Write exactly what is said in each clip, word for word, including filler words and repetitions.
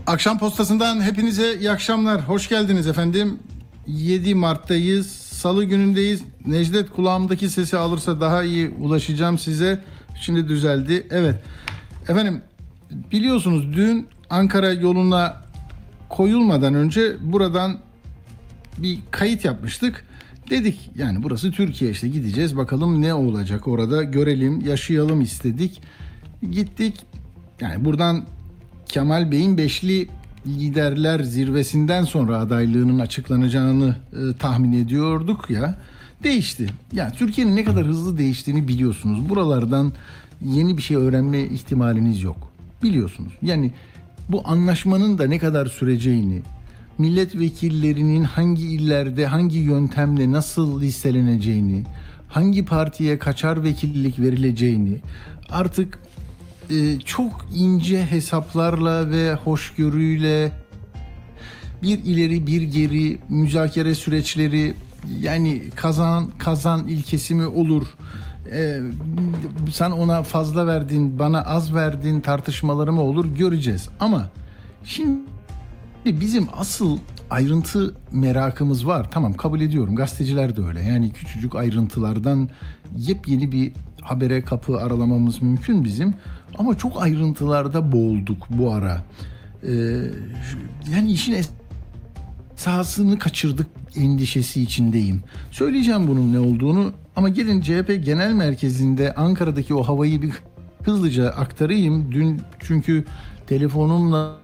Akşam postasından hepinize iyi akşamlar. Hoş geldiniz efendim. yedi Mart'tayız. Salı günündeyiz. Necdet, kulağımdaki sesi alırsa daha iyi ulaşacağım size. Şimdi düzeldi. Evet. Efendim, biliyorsunuz dün Ankara yoluna koyulmadan önce buradan bir kayıt yapmıştık. Dedik yani burası Türkiye, işte gideceğiz bakalım ne olacak orada, görelim, yaşayalım istedik. Gittik. Yani buradan Kemal Bey'in Beşli Liderler Zirvesi'nden sonra adaylığının açıklanacağını e, tahmin ediyorduk ya. Değişti. Yani Türkiye'nin ne kadar hızlı değiştiğini biliyorsunuz. Buralardan yeni bir şey öğrenme ihtimaliniz yok. Biliyorsunuz. Yani bu anlaşmanın da ne kadar süreceğini, milletvekillerinin hangi illerde, hangi yöntemle nasıl listeleneceğini, hangi partiye kaçar vekillik verileceğini artık e, çok ince hesaplarla ve hoşgörüyle bir ileri bir geri müzakere süreçleri, yani kazan kazan ilkesi mi olur? Ee, sen ona fazla verdin, bana az verdin tartışmaları mı olur, göreceğiz. Ama şimdi bizim asıl ayrıntı merakımız var. Tamam, kabul ediyorum. Gazeteciler de öyle. Yani küçücük ayrıntılardan yepyeni bir habere kapı aralamamız mümkün bizim. Ama çok ayrıntılarda boğulduk bu ara. Ee, yani işin esasını kaçırdık endişesi içindeyim. Söyleyeceğim bunun ne olduğunu ama gelin C H P Genel Merkezi'nde Ankara'daki o havayı bir hızlıca aktarayım. Dün çünkü telefonumla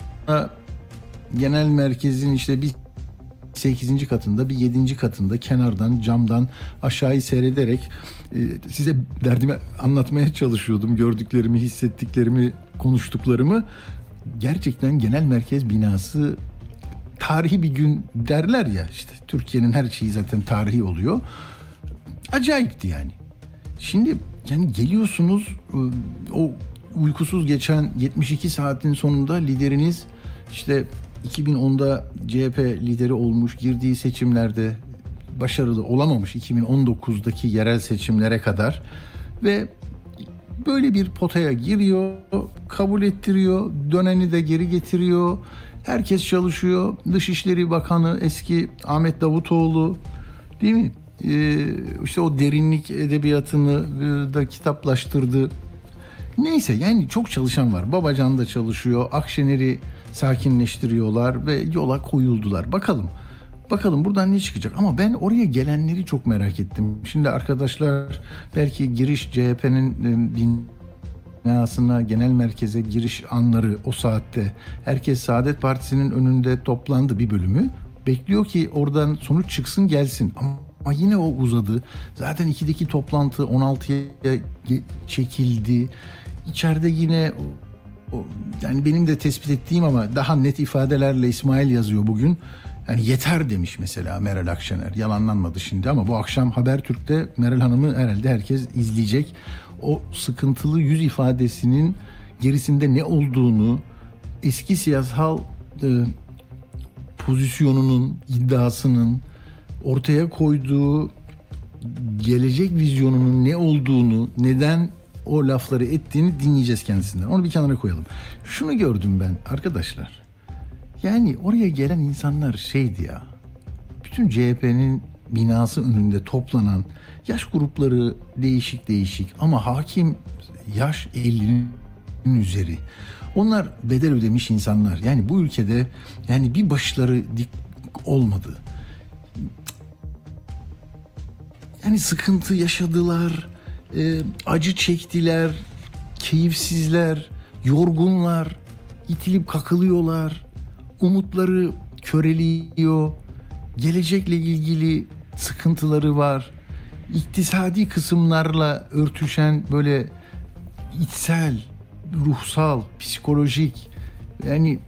genel merkezin işte bir sekizinci katında, bir yedinci katında kenardan, camdan aşağıyı seyrederek e, size derdimi anlatmaya çalışıyordum. Gördüklerimi, hissettiklerimi, konuştuklarımı. Gerçekten genel merkez binası tarihi bir gün derler ya, işte Türkiye'nin her şeyi zaten tarihi oluyor. Acayipti yani. Şimdi yani geliyorsunuz, o uykusuz geçen yetmiş iki saatin sonunda lideriniz işte iki bin onda C H P lideri olmuş, girdiği seçimlerde başarılı olamamış iki bin on dokuzdaki yerel seçimlere kadar ve böyle bir potaya giriyor, kabul ettiriyor, döneni de geri getiriyor. Herkes çalışıyor. Dışişleri Bakanı eski Ahmet Davutoğlu, değil mi? Ee, işte o derinlik edebiyatını e, da kitaplaştırdı. Neyse, yani çok çalışan var. Babacan da çalışıyor. Akşener'i sakinleştiriyorlar ve yola koyuldular. Bakalım. Bakalım buradan ne çıkacak? Ama ben oraya gelenleri çok merak ettim. Şimdi arkadaşlar belki giriş C H P'nin binasına, genel merkeze giriş anları o saatte. Herkes Saadet Partisi'nin önünde toplandı, bir bölümü. Bekliyor ki oradan sonuç çıksın, gelsin. Ama yine o uzadı. Zaten ikideki toplantı on altıya çekildi. İçeride yine o, yani benim de tespit ettiğim ama daha net ifadelerle İsmail yazıyor bugün. Yani yeter demiş mesela Meral Akşener. Yalanlanmadı şimdi ama bu akşam Habertürk'te Meral Hanım'ı herhalde herkes izleyecek. O sıkıntılı yüz ifadesinin gerisinde ne olduğunu, eski siyasal e, pozisyonunun, iddiasının, ortaya koyduğu gelecek vizyonunun ne olduğunu, neden o lafları ettiğini dinleyeceğiz kendisinden. Onu bir kenara koyalım. Şunu gördüm ben arkadaşlar. Yani oraya gelen insanlar şeydi ya. Bütün C H P'nin binası önünde toplanan yaş grupları değişik değişik ama hakim yaş ellinin üzeri. Onlar bedel ödemiş insanlar. Yani bu ülkede yani bir başları dik olmadı. Yani sıkıntı yaşadılar, e, acı çektiler, keyifsizler, yorgunlar, itilip kakılıyorlar, umutları köreliyor, gelecekle ilgili sıkıntıları var. İktisadi kısımlarla örtüşen böyle içsel, ruhsal, psikolojik, yani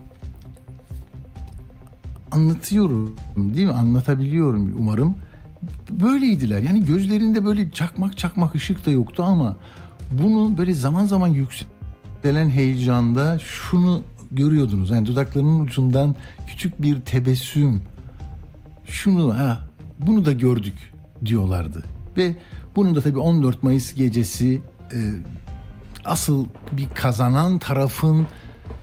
anlatıyorum değil mi? Anlatabiliyorum umarım. Böyleydiler. Yani gözlerinde böyle çakmak çakmak ışık da yoktu ama bunu böyle zaman zaman yükselen heyecanda şunu görüyordunuz. Yani dudaklarının ucundan küçük bir tebessüm. Şunu ha bunu da gördük diyorlardı. Ve bunun da tabii on dört Mayıs gecesi e, asıl bir kazanan tarafın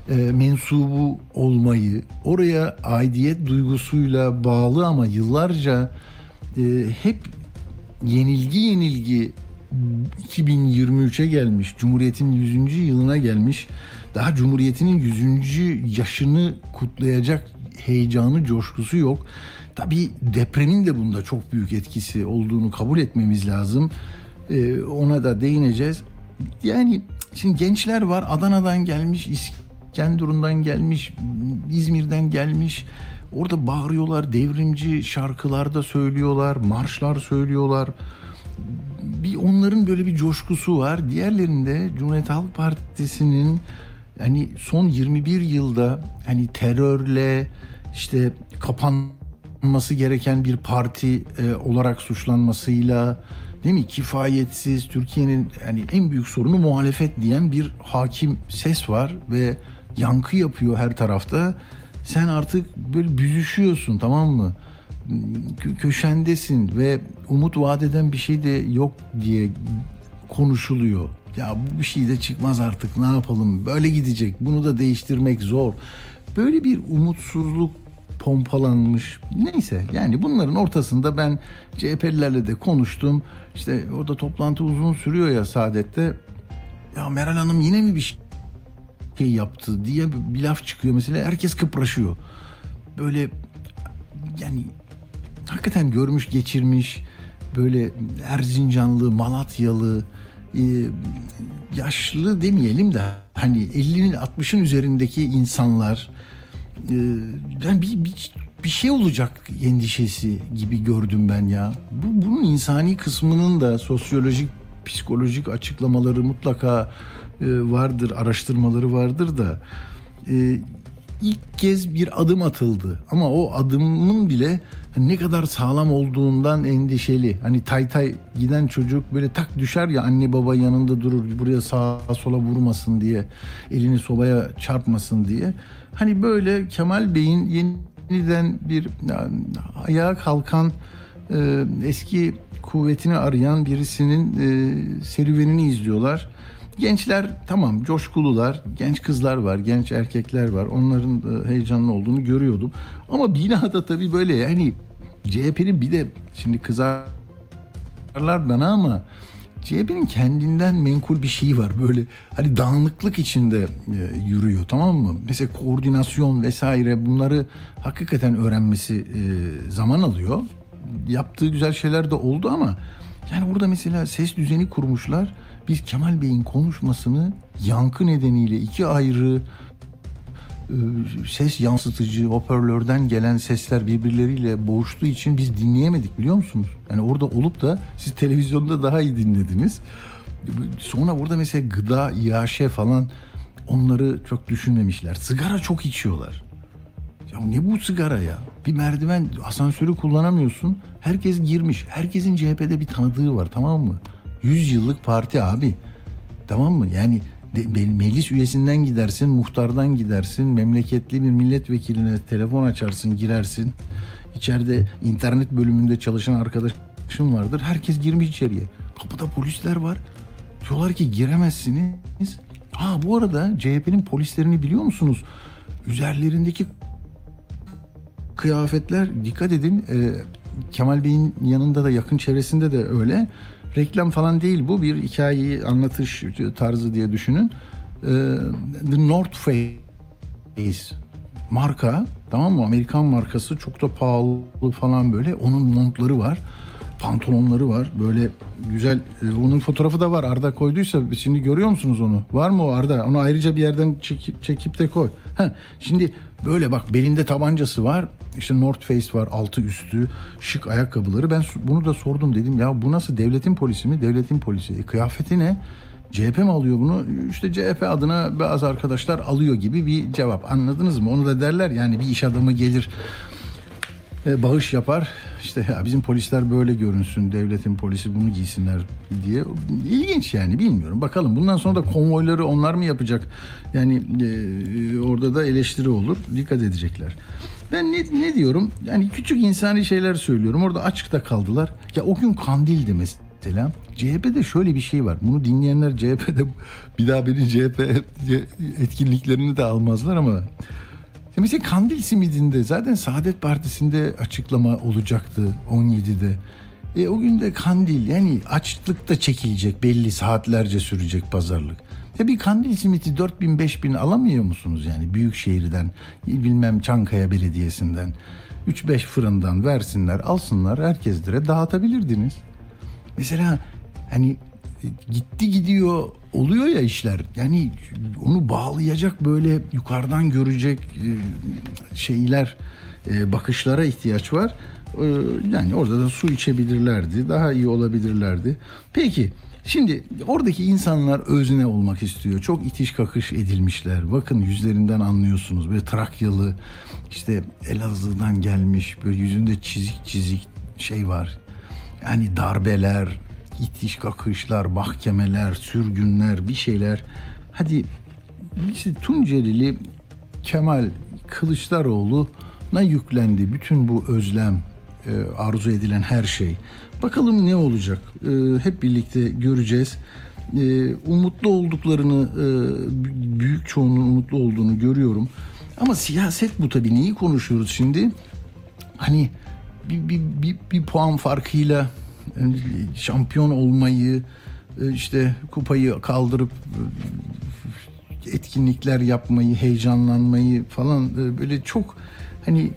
e, mensubu olmayı, oraya aidiyet duygusuyla bağlı ama yıllarca e, hep yenilgi yenilgi iki bin yirmi üçe gelmiş, Cumhuriyet'in yüzüncü yılına gelmiş, daha Cumhuriyet'in yüzüncü yaşını kutlayacak heyecanı, coşkusu yok. Tabii depremin de bunda çok büyük etkisi olduğunu kabul etmemiz lazım. Ee, ona da değineceğiz. Yani şimdi gençler var, Adana'dan gelmiş, İskenderun'dan gelmiş, İzmir'den gelmiş. Orada bağırıyorlar, devrimci şarkılar da söylüyorlar, marşlar söylüyorlar. Bir onların böyle bir coşkusu var. Diğerlerinde Cumhuriyet Halk Partisi'nin hani son yirmi bir yılda hani terörle, işte kapanması gereken bir parti e, olarak suçlanmasıyla, değil mi, kifayetsiz, Türkiye'nin yani en büyük sorunu muhalefet diyen bir hakim ses var ve yankı yapıyor her tarafta. Sen artık böyle büzüşüyorsun, tamam mı? Kö- köşendesin ve umut vaat eden bir şey de yok diye konuşuluyor. Ya bu bir şey de çıkmaz artık, ne yapalım, böyle gidecek, bunu da değiştirmek zor. Böyle bir umutsuzluk pompalanmış. Neyse, yani bunların ortasında ben C H P'lilerle de konuştum. İşte orada toplantı uzun sürüyor ya Saadet'te. Ya Meral Hanım yine mi bir şey yaptı diye bir laf çıkıyor mesela. Herkes kıpraşıyor. Böyle yani hakikaten görmüş geçirmiş, böyle Erzincanlı, Malatyalı, e, yaşlı demeyelim de hani ellinin altmışın üzerindeki insanlar, e, yani bir, bir, bir şey olacak endişesi gibi gördüm ben ya. Bu, bunun insani kısmının da sosyolojik, psikolojik açıklamaları mutlaka e, vardır, araştırmaları vardır da e, ilk kez bir adım atıldı. Ama o adımın bile ne kadar sağlam olduğundan endişeli. Hani tay tay giden çocuk böyle tak düşer ya, anne baba yanında durur, buraya sağa sola vurmasın diye, elini sobaya çarpmasın diye. Hani böyle Kemal Bey'in yeniden bir yani, ayağa kalkan, e, eski kuvvetini arayan birisinin e, serüvenini izliyorlar. Gençler tamam coşkulular, genç kızlar var, genç erkekler var. Onların da heyecanlı olduğunu görüyordum. Ama binada tabii böyle yani C H P'nin bir de şimdi kızarlar bana ama C H P'nin kendinden menkul bir şeyi var. Böyle hani dağınıklık içinde e, yürüyor, tamam mı? Mesela koordinasyon vesaire, bunları hakikaten öğrenmesi e, zaman alıyor. Yaptığı güzel şeyler de oldu ama yani burada mesela ses düzeni kurmuşlar. Biz Kemal Bey'in konuşmasını yankı nedeniyle iki ayrı e, ses yansıtıcı hoparlörden gelen sesler birbirleriyle boğuştuğu için biz dinleyemedik, biliyor musunuz? Yani orada olup da siz televizyonda daha iyi dinlediniz. Sonra burada mesela gıda, İHŞ falan, onları çok düşünmemişler. Sigara çok içiyorlar. Ya ne bu sigara ya? Bir merdiven, asansörü kullanamıyorsun. Herkes girmiş. Herkesin C H P'de bir tanıdığı var, tamam mı? yüz yıllık parti abi. Tamam mı? Yani de, meclis üyesinden gidersin, muhtardan gidersin, memleketli bir milletvekiline telefon açarsın, girersin. İçeride internet bölümünde çalışan arkadaşım vardır. Herkes girmiş içeriye. Kapıda polisler var. Diyorlar ki giremezsiniz. Ha bu arada C H P'nin polislerini biliyor musunuz? Üzerlerindeki kıyafetler, dikkat edin, e, Kemal Bey'in yanında da, yakın çevresinde de öyle. Reklam falan değil bu, bir hikayeyi anlatış tarzı diye düşünün. E, The North Face marka, tamam mı? Amerikan markası, çok da pahalı falan böyle. Onun montları var, pantolonları var. Böyle güzel, e, onun fotoğrafı da var. Arda koyduysa şimdi görüyor musunuz onu? Var mı o Arda? Onu ayrıca bir yerden çekip, çekip de koy. Heh, şimdi böyle bak, belinde tabancası var. İşte North Face var, altı üstü, şık ayakkabıları. Ben bunu da sordum, dedim ya bu nasıl, devletin polisi mi? Devletin polisi. E, kıyafeti ne? C H P mi alıyor bunu? İşte C H P adına bazı arkadaşlar alıyor gibi bir cevap. Anladınız mı? Onu da derler yani, bir iş adamı gelir, e, bağış yapar. İşte ya bizim polisler böyle görünsün, devletin polisi bunu giysinler diye. İlginç yani, bilmiyorum. Bakalım bundan sonra da konvoyları onlar mı yapacak? Yani e, orada da eleştiri olur. Dikkat edecekler. Ben ne, ne diyorum? Yani küçük insani şeyler söylüyorum. Orada açıkta kaldılar. Ya o gün Kandil'di mesela. mesela. C H P'de şöyle bir şey var. Bunu dinleyenler C H P'de bir daha beni C H P etkinliklerini de almazlar ama mesela Kandil simidinde zaten Saadet Partisi'nde açıklama olacaktı on yedide. E o gün de Kandil, yani açlıkta çekilecek, belli saatlerce sürecek pazarlık. Ya bir Kandil simiti dört bin beş bin alamıyor musunuz yani Büyükşehir'den, bilmem Çankaya Belediyesi'nden, üç beş fırından versinler, alsınlar, herkeslere dağıtabilirdiniz. Mesela hani gitti gidiyor oluyor ya işler, yani onu bağlayacak, böyle yukarıdan görecek şeyler, bakışlara ihtiyaç var. Yani orada da su içebilirlerdi, daha iyi olabilirlerdi. Peki şimdi oradaki insanlar özne olmak istiyor, çok itiş kakış edilmişler, bakın yüzlerinden anlıyorsunuz, böyle Trakyalı, işte Elazığ'dan gelmiş, böyle yüzünde çizik çizik şey var. Yani darbeler, itiş kakışlar, mahkemeler, sürgünler, bir şeyler. Hadi işte Tuncelili Kemal Kılıçdaroğlu'na yüklendi bütün bu özlem, arzu edilen her şey. Bakalım ne olacak? Hep birlikte göreceğiz. Umutlu olduklarını, büyük çoğunluğun umutlu olduğunu görüyorum. Ama siyaset bu tabii. Neyi konuşuyoruz şimdi? Hani bir, bir, bir, bir puan farkıyla şampiyon olmayı, işte kupayı kaldırıp etkinlikler yapmayı, heyecanlanmayı falan, böyle çok hani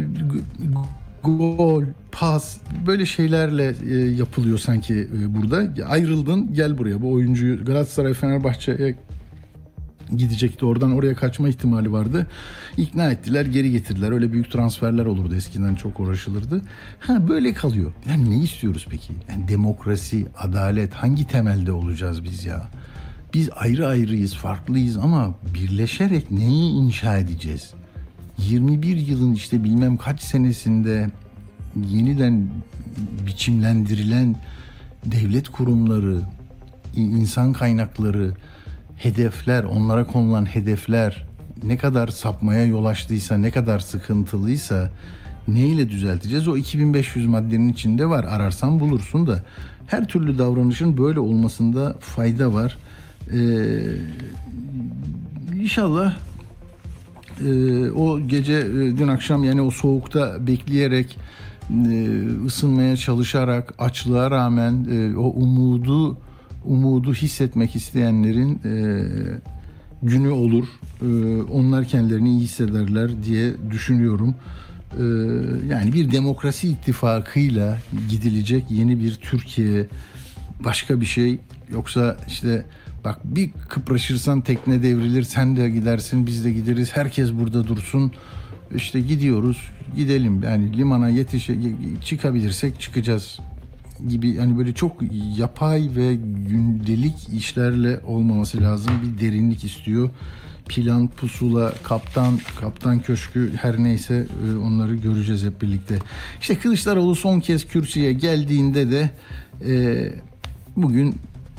gol, pas, böyle şeylerle yapılıyor sanki burada. Ayrıldın, gel buraya. Bu oyuncuyu Galatasaray Fenerbahçe'ye gidecekti, oradan oraya kaçma ihtimali vardı. İkna ettiler, geri getirdiler. Öyle büyük transferler olurdu eskiden, çok uğraşılırdı. Ha, böyle kalıyor. Yani ne istiyoruz peki? Yani demokrasi, adalet, hangi temelde olacağız biz ya? Biz ayrı ayrıyız, farklıyız ama birleşerek neyi inşa edeceğiz? yirmi bir yılın işte bilmem kaç senesinde yeniden biçimlendirilen devlet kurumları, insan kaynakları, hedefler, onlara konulan hedefler ne kadar sapmaya yol açtıysa, ne kadar sıkıntılıysa neyle düzelteceğiz? O iki bin beş yüz maddenin içinde var. Ararsan bulursun da her türlü davranışın böyle olmasında fayda var. Ee, inşallah e, o gece, e, dün akşam, yani o soğukta bekleyerek, e, ısınmaya çalışarak, açlığa rağmen e, o umudu umudu hissetmek isteyenlerin e, günü olur. E, onlar kendilerini iyi hissederler diye düşünüyorum. E, yani bir demokrasi ittifakıyla gidilecek yeni bir Türkiye, başka bir şey. Yoksa işte bak, bir kıpraşırsan tekne devrilir, sen de gidersin, biz de gideriz, herkes burada dursun. İşte gidiyoruz, gidelim, yani limana yetişe çıkabilirsek çıkacağız gibi, hani böyle çok yapay ve gündelik işlerle olmaması lazım. Bir derinlik istiyor. Plan, pusula, kaptan, kaptan köşkü, her neyse, onları göreceğiz hep birlikte. İşte Kılıçdaroğlu son kez kürsüye geldiğinde de e, bugün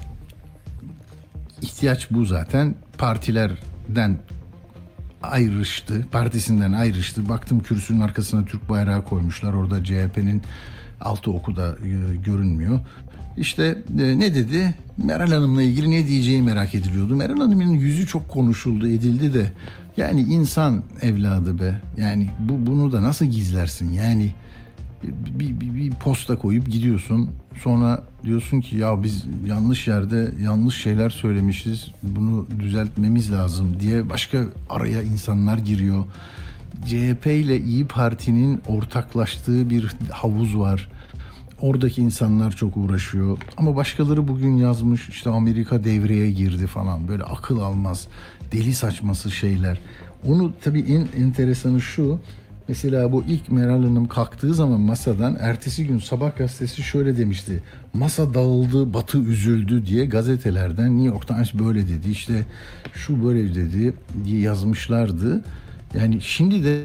ihtiyaç bu zaten. Partilerden ayrıştı, partisinden ayrıştı. Baktım kürsünün arkasına Türk bayrağı koymuşlar. Orada C H P'nin altı oku da e, görünmüyor. İşte e, ne dedi? Meral Hanım'la ilgili ne diyeceği merak ediliyordu. Meral Hanım'ın yüzü çok konuşuldu, edildi de. Yani insan evladı be. Yani bu bunu da nasıl gizlersin? Yani bir, bir, bir posta koyup gidiyorsun. Sonra diyorsun ki ya biz yanlış yerde yanlış şeyler söylemişiz. Bunu düzeltmemiz lazım diye başka araya insanlar giriyor. C H P ile İyi Parti'nin ortaklaştığı bir havuz var. Oradaki insanlar çok uğraşıyor. Ama başkaları bugün yazmış, işte Amerika devreye girdi falan. Böyle akıl almaz, deli saçması şeyler. Onu tabii en enteresanı şu. Mesela bu ilk Meral Hanım kalktığı zaman masadan, ertesi gün Sabah gazetesi şöyle demişti. Masa dağıldı, Batı üzüldü diye gazetelerden, New York Times böyle dedi, işte şu böyle dedi diye yazmışlardı. Yani şimdi de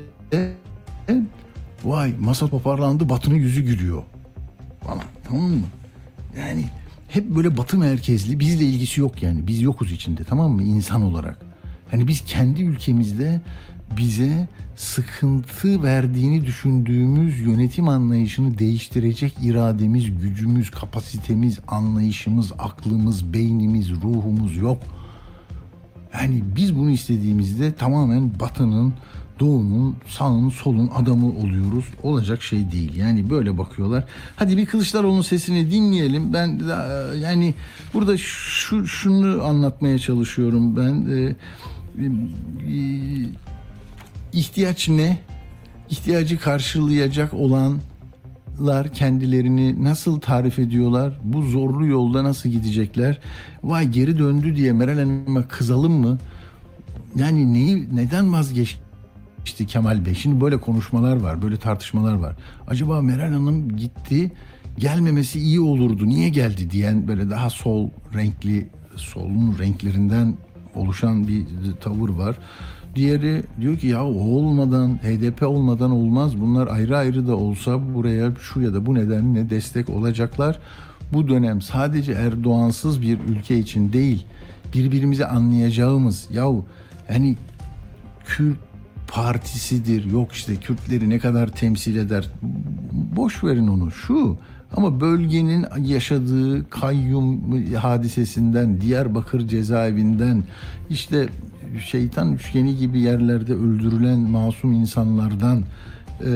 vay masa toparlandı, Batı'nın yüzü gülüyor falan, tamam mı? Yani hep böyle Batı merkezli, bizle ilgisi yok yani. Biz yokuz içinde, tamam mı, insan olarak. Hani biz kendi ülkemizde bize sıkıntı verdiğini düşündüğümüz yönetim anlayışını değiştirecek irademiz, gücümüz, kapasitemiz, anlayışımız, aklımız, beynimiz, ruhumuz yok. Yani biz bunu istediğimizde tamamen Batı'nın, Doğu'nun, sağın, solun adamı oluyoruz. Olacak şey değil. Yani böyle bakıyorlar. Hadi bir Kılıçdaroğlu'nun sesini dinleyelim. Ben yani burada şu şunu anlatmaya çalışıyorum ben. Ee, e, ihtiyaç ne? İhtiyacı karşılayacak olanlar kendilerini nasıl tarif ediyorlar? Bu zorlu yolda nasıl gidecekler? Vay geri döndü diye Meral Hanım'a kızalım mı? Yani neyi neden vazgeçti? İşte Kemal Bey. Şimdi böyle konuşmalar var, böyle tartışmalar var. Acaba Meral Hanım gitti, gelmemesi iyi olurdu, niye geldi diyen böyle daha sol renkli, solun renklerinden oluşan bir tavır var. Diğeri diyor ki ya o olmadan, H D P olmadan olmaz. Bunlar ayrı ayrı da olsa buraya şu ya da bu nedenle destek olacaklar. Bu dönem sadece Erdoğansız bir ülke için değil, birbirimizi anlayacağımız, yahu hani Kürt partisidir, yok işte Kürtleri ne kadar temsil eder, boş verin onu. Şu ama bölgenin yaşadığı kayyum hadisesinden, Diyarbakır cezaevinden, işte şeytan üçgeni gibi yerlerde öldürülen masum insanlardan, e,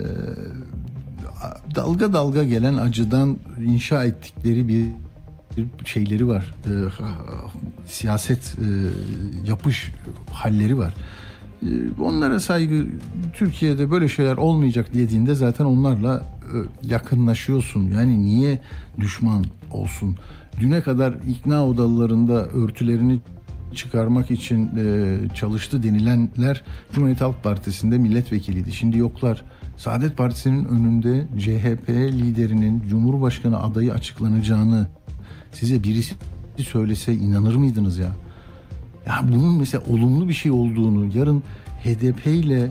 dalga dalga gelen acıdan inşa ettikleri bir şeyleri var. E, siyaset e, yapış halleri var. Onlara saygı, Türkiye'de böyle şeyler olmayacak dediğinde zaten onlarla yakınlaşıyorsun. Yani niye düşman olsun? Düne kadar ikna odalarında örtülerini çıkarmak için çalıştı denilenler Cumhuriyet Halk Partisi'nde milletvekiliydi. Şimdi yoklar. Saadet Partisi'nin önünde C H P liderinin Cumhurbaşkanı adayı açıklanacağını size birisi söylese inanır mıydınız ya? Ya bunun mesela olumlu bir şey olduğunu, yarın H D P ile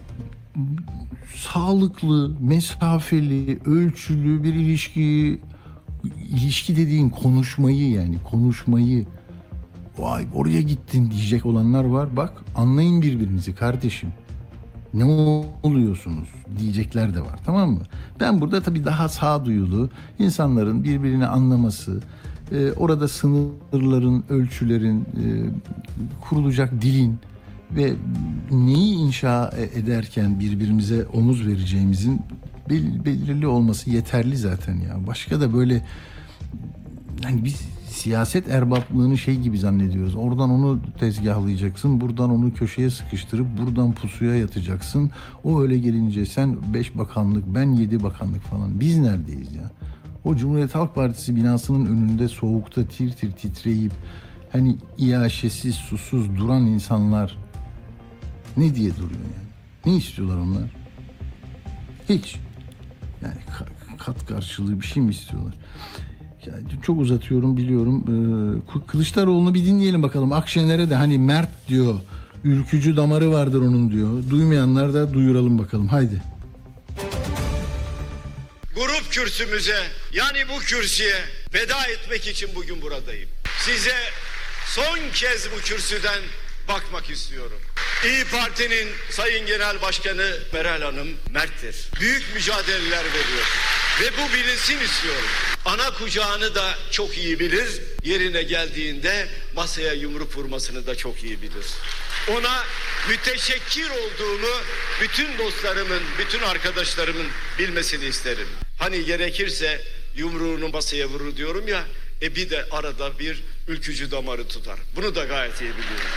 sağlıklı, mesafeli, ölçülü bir ilişki, ilişki dediğin konuşmayı, yani konuşmayı, vay oraya gittin diyecek olanlar var. Bak anlayın birbirinizi kardeşim. Ne oluyorsunuz diyecekler de var, tamam mı? Ben burada tabii daha sağduyulu insanların birbirini anlaması, Ee, orada sınırların, ölçülerin, e, kurulacak dilin ve neyi inşa ederken birbirimize omuz vereceğimizin bel- belirli olması yeterli zaten ya. Başka da böyle yani biz siyaset erbaplığını şey gibi zannediyoruz. Oradan onu tezgahlayacaksın, buradan onu köşeye sıkıştırıp buradan pusuya yatacaksın. O öyle gelince sen beş bakanlık, ben yedi bakanlık falan. Biz neredeyiz ya? O Cumhuriyet Halk Partisi binasının önünde soğukta tir tir titreyip hani iaşesiz, susuz duran insanlar ne diye duruyor yani? Ne istiyorlar onlar? Hiç. Yani kat karşılığı bir şey mi istiyorlar? Yani çok uzatıyorum biliyorum. Ee, Kılıçdaroğlu'nu bir dinleyelim bakalım. Akşener'e de hani Mert diyor, ülkücü damarı vardır onun diyor. Duymayanlar da duyuralım bakalım. Haydi. Grup kürsümüze, yani bu kürsüye veda etmek için bugün buradayım. Size son kez bu kürsüden bakmak istiyorum. İyi Parti'nin Sayın Genel Başkanı Meral Hanım merttir. Büyük mücadeleler veriyor. Ve bu bilinsin istiyorum. Ana kucağını da çok iyi bilir. Yerine geldiğinde masaya yumruk vurmasını da çok iyi bilir. Ona müteşekkir olduğumu bütün dostlarımın, bütün arkadaşlarımın bilmesini isterim. Hani gerekirse yumruğunu masaya vurur diyorum ya, e bir de arada bir ülkücü damarı tutar. Bunu da gayet iyi biliyorum.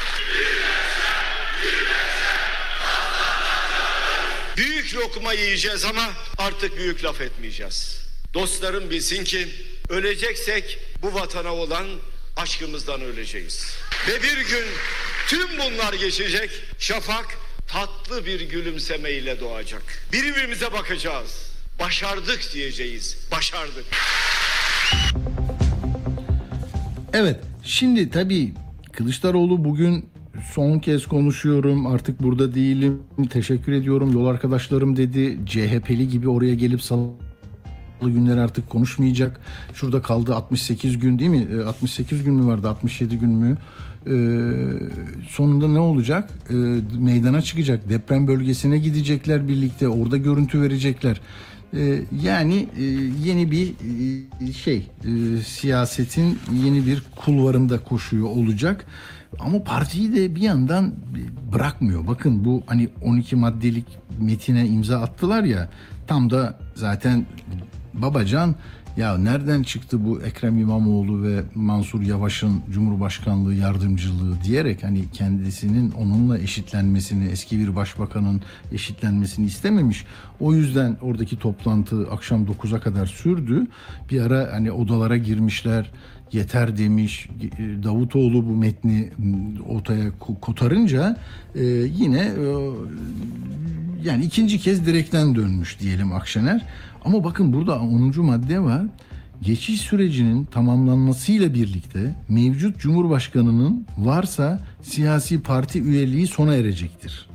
Büyük lokma yiyeceğiz ama artık büyük laf etmeyeceğiz. Dostlarım bilsin ki öleceksek bu vatana olan aşkımızdan öleceğiz. Ve bir gün tüm bunlar geçecek, şafak tatlı bir gülümsemeyle doğacak. Birbirimize bakacağız. Başardık diyeceğiz. Başardık. Evet, şimdi tabii Kılıçdaroğlu bugün son kez konuşuyorum, artık burada değilim, teşekkür ediyorum yol arkadaşlarım dedi. C H P'li gibi oraya gelip günleri artık konuşmayacak. Şurada kaldı altmış sekiz gün değil mi? altmış sekiz gün mü vardı? altmış yedi gün mü? Ee, sonunda ne olacak? Ee, meydana çıkacak. Deprem bölgesine gidecekler birlikte. Orada görüntü verecekler. Ee, yani e, yeni bir e, şey e, siyasetin yeni bir kulvarında koşuyor olacak. Ama partiyi de bir yandan bırakmıyor. Bakın bu hani on iki maddelik metine imza attılar ya, tam da zaten Babacan ya nereden çıktı bu Ekrem İmamoğlu ve Mansur Yavaş'ın Cumhurbaşkanlığı yardımcılığı diyerek hani kendisinin onunla eşitlenmesini, eski bir başbakanın eşitlenmesini istememiş. O yüzden oradaki toplantı akşam dokuza kadar sürdü. Bir ara hani odalara girmişler, yeter demiş. Davutoğlu bu metni ortaya kotarınca e, yine e, yani ikinci kez direkten dönmüş diyelim Akşener. Ama bakın burada onuncu madde var. Geçiş sürecinin tamamlanmasıyla birlikte mevcut Cumhurbaşkanı'nın varsa siyasi parti üyeliği sona erecektir.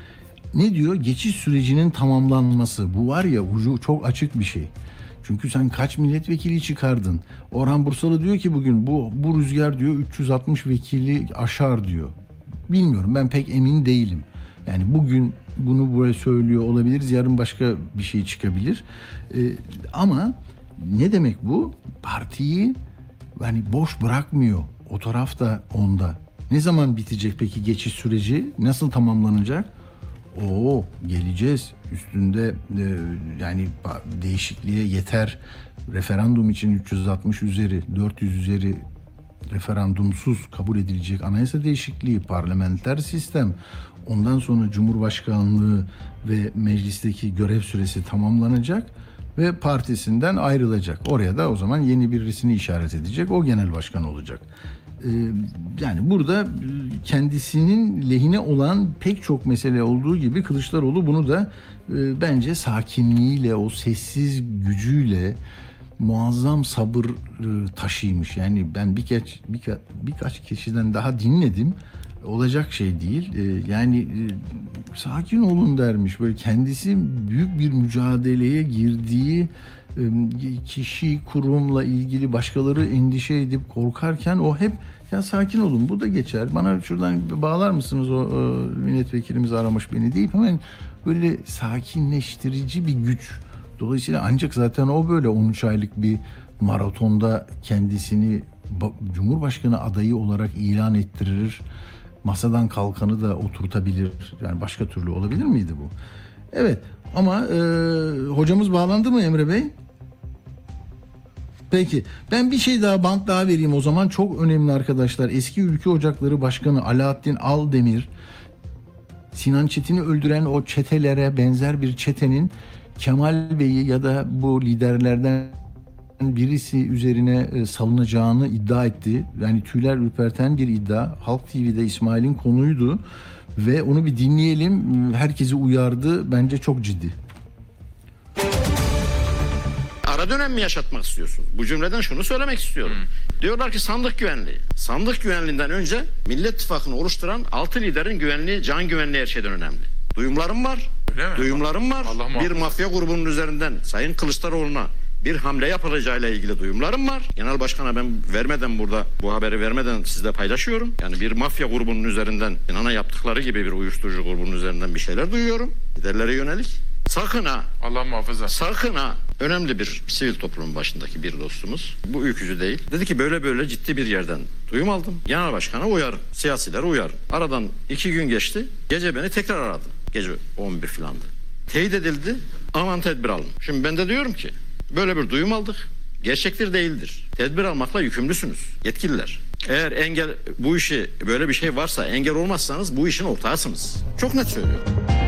Ne diyor? Geçiş sürecinin tamamlanması. Bu var ya ucu çok açık bir şey. Çünkü sen kaç milletvekili çıkardın? Orhan Bursalı diyor ki bugün bu bu rüzgar diyor üç yüz altmış vekili aşar diyor. Bilmiyorum, ben pek emin değilim. Yani bugün bunu böyle söylüyor olabiliriz, yarın başka bir şey çıkabilir. Ee, ama ne demek bu? Partiyi hani boş bırakmıyor. O taraf da onda. Ne zaman bitecek peki geçiş süreci? Nasıl tamamlanacak? Oo, geleceğiz. Üstünde e, yani değişikliğe yeter. Referandum için üç yüz altmış üzeri, dört yüz üzeri referandumsuz kabul edilecek anayasa değişikliği, parlamenter sistem, ondan sonra Cumhurbaşkanlığı ve meclisteki görev süresi tamamlanacak ve partisinden ayrılacak. Oraya da o zaman yeni birisini işaret edecek, o genel başkan olacak. Ee, yani burada kendisinin lehine olan pek çok mesele olduğu gibi Kılıçdaroğlu bunu da e, bence sakinliğiyle, o sessiz gücüyle, muazzam sabır e, taşıymış. Yani ben birkaç birka, birkaç kişiden daha dinledim. Olacak şey değil. E, yani e, sakin olun dermiş. Böyle kendisi büyük bir mücadeleye girdiği e, kişi, kurumla ilgili başkaları endişe edip korkarken o hep ya sakin olun, bu da geçer. Bana şuradan bağlar mısınız, o, o milletvekilimiz aramış beni deyip hemen böyle sakinleştirici bir güç. Dolayısıyla ancak zaten o böyle on üç aylık bir maratonda kendisini Cumhurbaşkanı adayı olarak ilan ettirir. Masadan kalkanı da oturtabilir. Yani başka türlü olabilir miydi bu? Evet ama e, hocamız bağlandı mı Emre Bey? Peki ben bir şey daha, bant daha vereyim o zaman, çok önemli arkadaşlar. Eski Ülke Ocakları Başkanı Alaaddin Aldemir, Sinan Çetin'i öldüren o çetelere benzer bir çetenin Kemal Bey'i ya da bu liderlerden birisi üzerine salınacağını iddia etti. Yani tüyler ürperten bir iddia. Halk T V'de İsmail'in konuydu ve onu bir dinleyelim. Herkesi uyardı. Bence çok ciddi. Ara dönem mi yaşatmak istiyorsun? Bu cümleden şunu söylemek istiyorum. Hmm. Diyorlar ki sandık güvenliği. Sandık güvenliğinden önce Millet İttifakı'nı oluşturan altı liderin güvenliği, can güvenliği her şeyden önemli. Duyumlarım var. Duyumlarım var. Allah bir mafya grubunun üzerinden Sayın Kılıçdaroğlu'na bir hamle yapılacağıyla ilgili duyumlarım var. Genel Başkan'a ben vermeden, burada bu haberi vermeden sizle paylaşıyorum. Yani bir mafya grubunun üzerinden, inana yaptıkları gibi bir uyuşturucu grubunun üzerinden bir şeyler duyuyorum. Liderlere yönelik. Sakın ha. Allah muhafaza. Sakın ha. Önemli bir sivil toplumun başındaki bir dostumuz. Bu ülkücü değil. Dedi ki böyle böyle ciddi bir yerden duyum aldım. Genel Başkan'a uyarın. Siyasilere uyarın. Aradan iki gün geçti. Gece beni tekrar aradı. Gece on bir filandı. Teyit edildi. Aman tedbir alın. Şimdi ben de diyorum ki böyle bir duyum aldık. Gerçektir değildir. Tedbir almakla yükümlüsünüz. Yetkililer. Eğer engel, bu işi, böyle bir şey varsa engel olmazsanız bu işin ortağısınız. Çok net söylüyorum.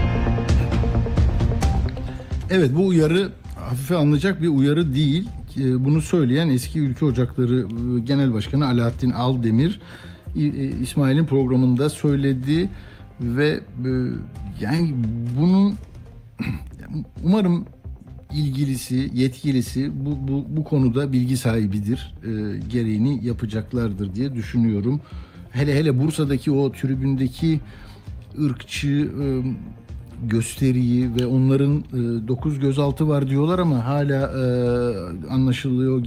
Evet, bu uyarı hafife alınacak bir uyarı değil. Bunu söyleyen eski Ülke Ocakları Genel Başkanı Alaaddin Aldemir İsmail'in programında söyledi ve yani bunun umarım ilgilisi, yetkilisi bu, bu, bu konuda bilgi sahibidir. E, gereğini yapacaklardır diye düşünüyorum. Hele hele Bursa'daki o tribündeki ırkçı, e, gösteriyi ve onların dokuz gözaltı var diyorlar ama hala e, anlaşılıyor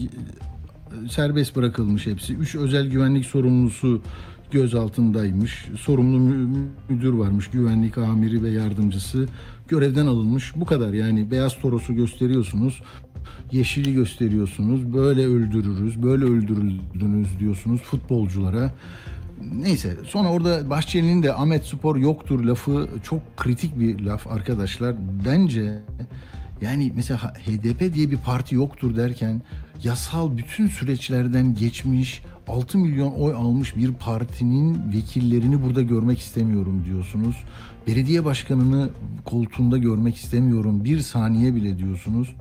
serbest bırakılmış hepsi. Üç özel güvenlik sorumlusu gözaltındaymış. Sorumlu müdür varmış, güvenlik amiri ve yardımcısı görevden alınmış. Bu kadar. Yani beyaz torosu gösteriyorsunuz, yeşili gösteriyorsunuz, böyle öldürürüz, böyle öldürüldünüz diyorsunuz futbolculara. Neyse, sonra orada Bahçeli'nin de Ahmetspor yoktur lafı çok kritik bir laf arkadaşlar. Bence yani mesela H D P diye bir parti yoktur derken yasal bütün süreçlerden geçmiş, altı milyon oy almış bir partinin vekillerini burada görmek istemiyorum diyorsunuz. Belediye başkanını koltuğunda görmek istemiyorum bir saniye bile diyorsunuz.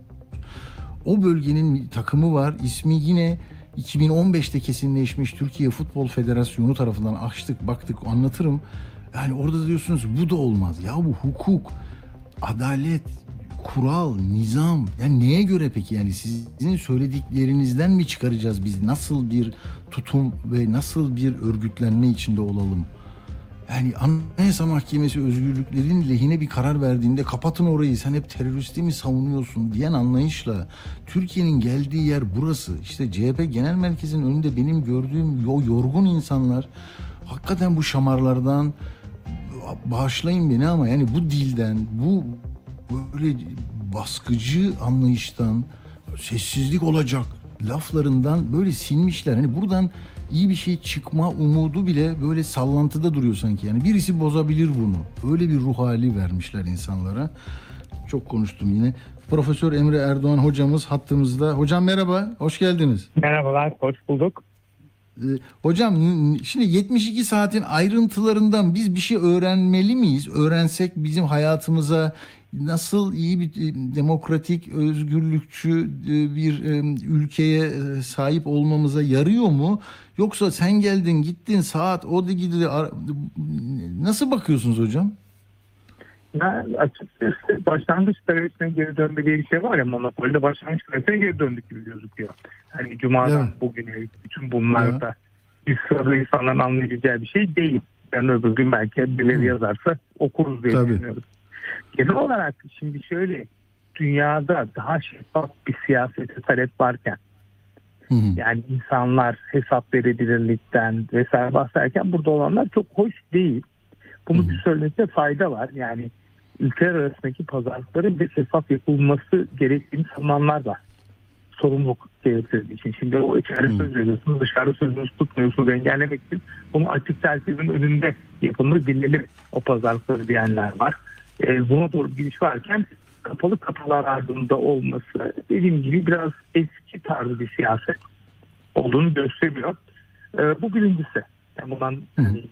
O bölgenin takımı var, ismi yine iki bin on beşte kesinleşmiş Türkiye Futbol Federasyonu tarafından açtık, baktık, anlatırım. Yani orada diyorsunuz bu da olmaz. Ya bu hukuk, adalet, kural, nizam. Yani neye göre peki? Yani sizin söylediklerinizden mi çıkaracağız biz nasıl bir tutum ve nasıl bir örgütlenme içinde olalım? Yani Anayasa Mahkemesi özgürlüklerin lehine bir karar verdiğinde kapatın orayı, sen hep teröristi mi savunuyorsun diyen anlayışla Türkiye'nin geldiği yer burası. İşte C H P Genel Merkezi'nin önünde benim gördüğüm o yorgun insanlar hakikaten bu şamarlardan, bağışlayın beni ama yani bu dilden, bu böyle baskıcı anlayıştan, sessizlik olacak laflarından böyle silmişler. Hani buradan iyi bir şey çıkma umudu bile böyle sallantıda duruyor sanki. Yani birisi bozabilir bunu. Öyle bir ruh hali vermişler insanlara. Çok konuştum yine. Profesör Emre Erdoğan hocamız hattımızda. Hocam merhaba, hoş geldiniz. Merhabalar, hoş bulduk. Ee, hocam şimdi yetmiş iki saatin ayrıntılarından biz bir şey öğrenmeli miyiz? Öğrensek bizim hayatımıza nasıl iyi bir demokratik, özgürlükçü bir ülkeye sahip olmamıza yarıyor mu? Yoksa sen geldin, gittin, saat o da gidiyor. Nasıl bakıyorsunuz hocam? Ya açıkçası başlangıç tarihine geri dönme diye bir şey var ya, monopolde başlangıç tarihine geri döndük gibi gözüküyor. Hani Cuma'dan evet. bugüne bütün bunlarda bir sırada insanların anlayabileceği bir şey değil. Ben öbür gün belki birileri yazarsa okuruz diye Tabii. düşünüyorum. Genel olarak şimdi şöyle, dünyada daha şeffaf bir siyasete talep varken, Hı hı. yani insanlar hesap verebilirlikten vesaire bahsederken burada olanlar çok hoş değil. Bunu Hı hı. bir söylemekte fayda var. Yani ülkeler arasındaki pazarlıkların bir şeffaf yapılması gerektiğini savunanlar var. Sorumluluk gerektirdiği için. Şimdi o içeride söz veriyorsunuz, dışarıda sözünüzü tutmuyorsunuz, engellemek için bunu açık herkesin önünde yapılır, bilinir o pazarlıkları diyenler var. E, buna doğru bir gidiş varken kapalı kapılar ardında olması dediğim gibi biraz eski tarzı bir siyaset olduğunu gösteriyor. E, bu birincisi. Yani bundan hani,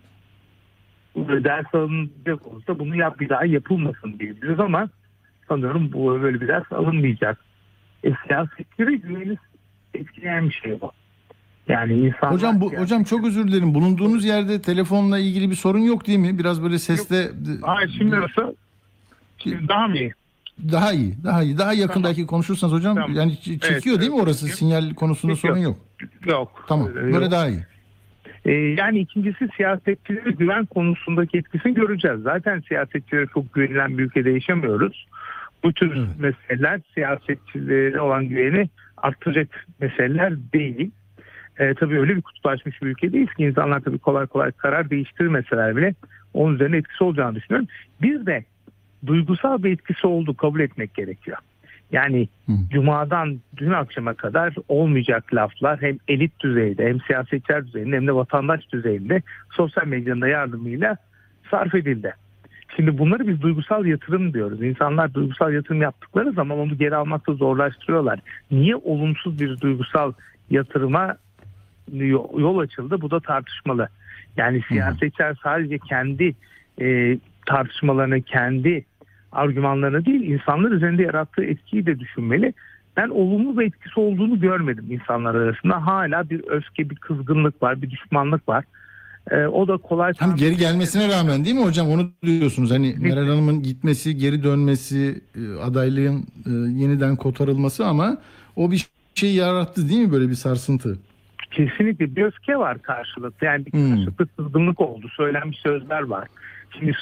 ders alınacak olursa bunu yap bir daha yapılmasın diyebiliriz ama sanıyorum bu böyle bir ders alınmayacak. E, siyasetçilere güveni etkileyen bir şey bu. Yani insanlar... Hocam bu siyaset... hocam çok özür dilerim. Bulunduğunuz yerde telefonla ilgili bir sorun yok değil mi? Biraz böyle seste... Hayır, şimdi nasıl? Şimdi daha mı iyi? Daha iyi, daha iyi. Daha yakındaki tamam. konuşursanız hocam Tamam. yani çekiyor evet, değil mi evet. orası? Sinyal konusunda Çekiyor. sorun yok. Yok. Tamam. Böyle yok. daha iyi. Ee, yani ikincisi siyasetçilere güven konusundaki etkisini göreceğiz. Zaten siyasetçilere çok güvenilen bir ülkede yaşamıyoruz. Bu tür evet. meseleler siyasetçilere olan güveni arttıracak meseleler değil. Ee, tabii öyle bir kutuplaşmış bir ülkedeyiz ki insanlar tabii kolay kolay karar değiştirmeseler bile onun üzerine etkisi olacağını düşünüyorum. Bir de duygusal bir etkisi olduğu kabul etmek gerekiyor. Yani Hı. Cuma'dan dün akşama kadar olmayacak laflar hem elit düzeyde hem siyasetçiler düzeyinde hem de vatandaş düzeyinde sosyal medyanın yardımıyla sarf edildi. Şimdi bunları biz duygusal yatırım diyoruz. İnsanlar duygusal yatırım yaptıkları zaman onu geri almakta zorlaştırıyorlar. Niye olumsuz bir duygusal yatırıma yol açıldı? Bu da tartışmalı. Yani siyasetçiler sadece kendi e, tartışmalarını, kendi argümanlarını değil, insanlar üzerinde yarattığı etkiyi de düşünmeli. Ben olumlu bir etkisi olduğunu görmedim insanlar arasında. Hala bir öfke, bir kızgınlık var, bir düşmanlık var. Ee, o da kolay... Hem geri gelmesine rağmen değil mi hocam? Onu diyorsunuz. Hani Meral Hanım'ın gitmesi, geri dönmesi, adaylığın e, yeniden kotarılması ama o bir şey yarattı değil mi? Böyle bir sarsıntı. Kesinlikle bir öfke var karşılıklı. Yani bir karşılıklı kızgınlık oldu. Söylenmiş sözler var. Şimdi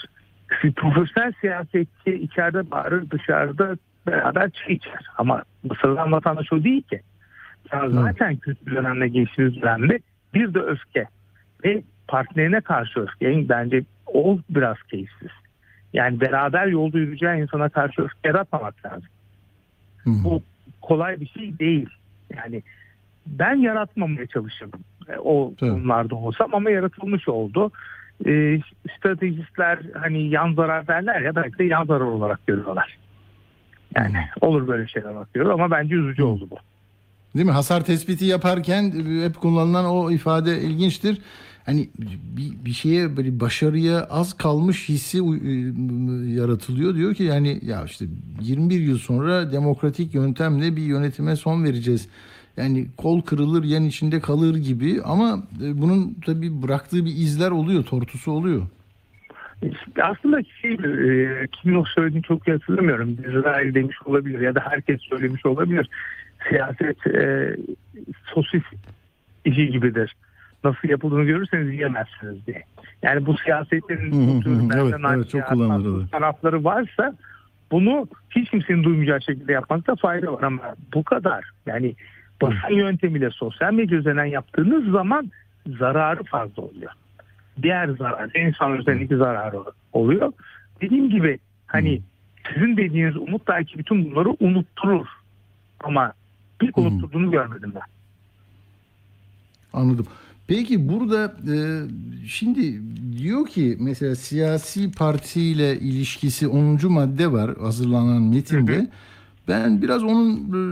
Profesyonel siyasetçi içeride bağırır, dışarıda beraber çay içer. Ama sıradan vatandaş o değil ki. Yani zaten kötü bir dönemde, geçtiğimiz dönemde bir de öfke ve partnerine karşı öfke. Bence o biraz keyifsiz. Yani beraber yolda yürüyeceğin insana karşı öfke yaratmamak lazım. Hı. Bu kolay bir şey değil. Yani ben yaratmamaya çalışırdım. O Evet. konularda olsam ama yaratılmış oldu. Ee, stratejistler hani yan zarar derler ya, belki de yan zarar olarak görüyorlar. Yani olur böyle şeyler bakıyor ama bence üzücü oldu bu. Değil mi? Hasar tespiti yaparken hep kullanılan o ifade ilginçtir. Hani bir, bir şeye böyle başarıya az kalmış hissi u- yaratılıyor. Diyor ki yani ya işte yirmi bir yıl sonra demokratik yöntemle bir yönetime son vereceğiz. Yani kol kırılır yen içinde kalır gibi ama bunun tabii bıraktığı bir izler oluyor, tortusu oluyor. Aslında şey, e, kimin o söylediğini çok iyi hatırlamıyorum. İsrail demiş olabilir ya da herkes söylemiş olabilir. Siyaset e, sosis işi gibidir. Nasıl yapıldığını görürseniz yiyemezsiniz diye. Yani bu siyasetlerin Hı hı bu tür hı. benden Evet, aynı evet, çok ya, kullanılır. tarafları varsa bunu hiç kimsenin duymayacağı şekilde yapmakta fayda var ama bu kadar. Yani basın yöntemiyle sosyal medya üzerinden yaptığınız zaman zararı fazla oluyor. Diğer zarar, insan üzerindeki zararı oluyor. Dediğim gibi hani sizin dediğiniz umut belki bütün bunları unutturur. Ama bir unutturduğunu görmedim ben. Anladım. Peki burada e, şimdi diyor ki mesela siyasi partiyle ilişkisi onuncu madde var hazırlanan metinde. Hı hı. Ben biraz onun e,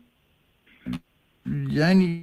yani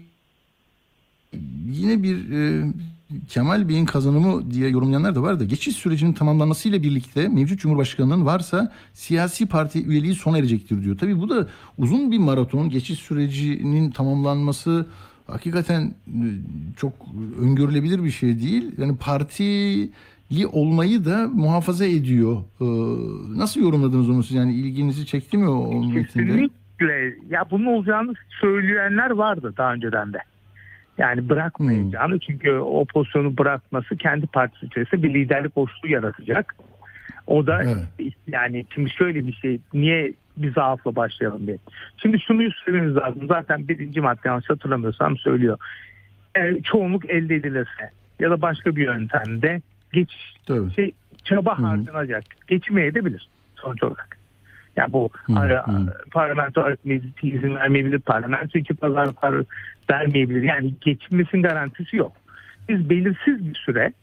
yine bir e, Kemal Bey'in kazanımı diye yorumlayanlar da var da geçiş sürecinin tamamlanmasıyla birlikte mevcut Cumhurbaşkanı'nın varsa siyasi parti üyeliği sona erecektir diyor. Tabii bu da uzun bir maraton. Geçiş sürecinin tamamlanması hakikaten e, çok öngörülebilir bir şey değil. Yani partili olmayı da muhafaza ediyor. Ee, nasıl yorumladınız onu siz? Yani ilginizi çekti mi o, o metinde? Kesinlikle. Ya bunun olacağını söyleyenler vardı daha önceden de. Yani bırakmayacağını, çünkü o pozisyonu bırakması kendi partisi içerisinde bir liderlik boşluğu yaratacak. O da Evet. yani şimdi şöyle bir şey, niye bir zaafla başlayalım diye. Şimdi şunu söylememiz lazım. Zaten birinci madde yanlış hatırlamıyorsam söylüyor. E, çoğunluk elde edilirse ya da başka bir yöntemde geçiş Tabii. şey, çaba Hı hı. harcanacak. Geçmeye edebilir sonuç olarak. Yani bu Hı, ara, hı. parlamento aritmetiği izin vermeyebilir, parlamento içi pazar par vermeyebilir. Yani geçmesinin garantisi yok. Biz belirsiz bir süre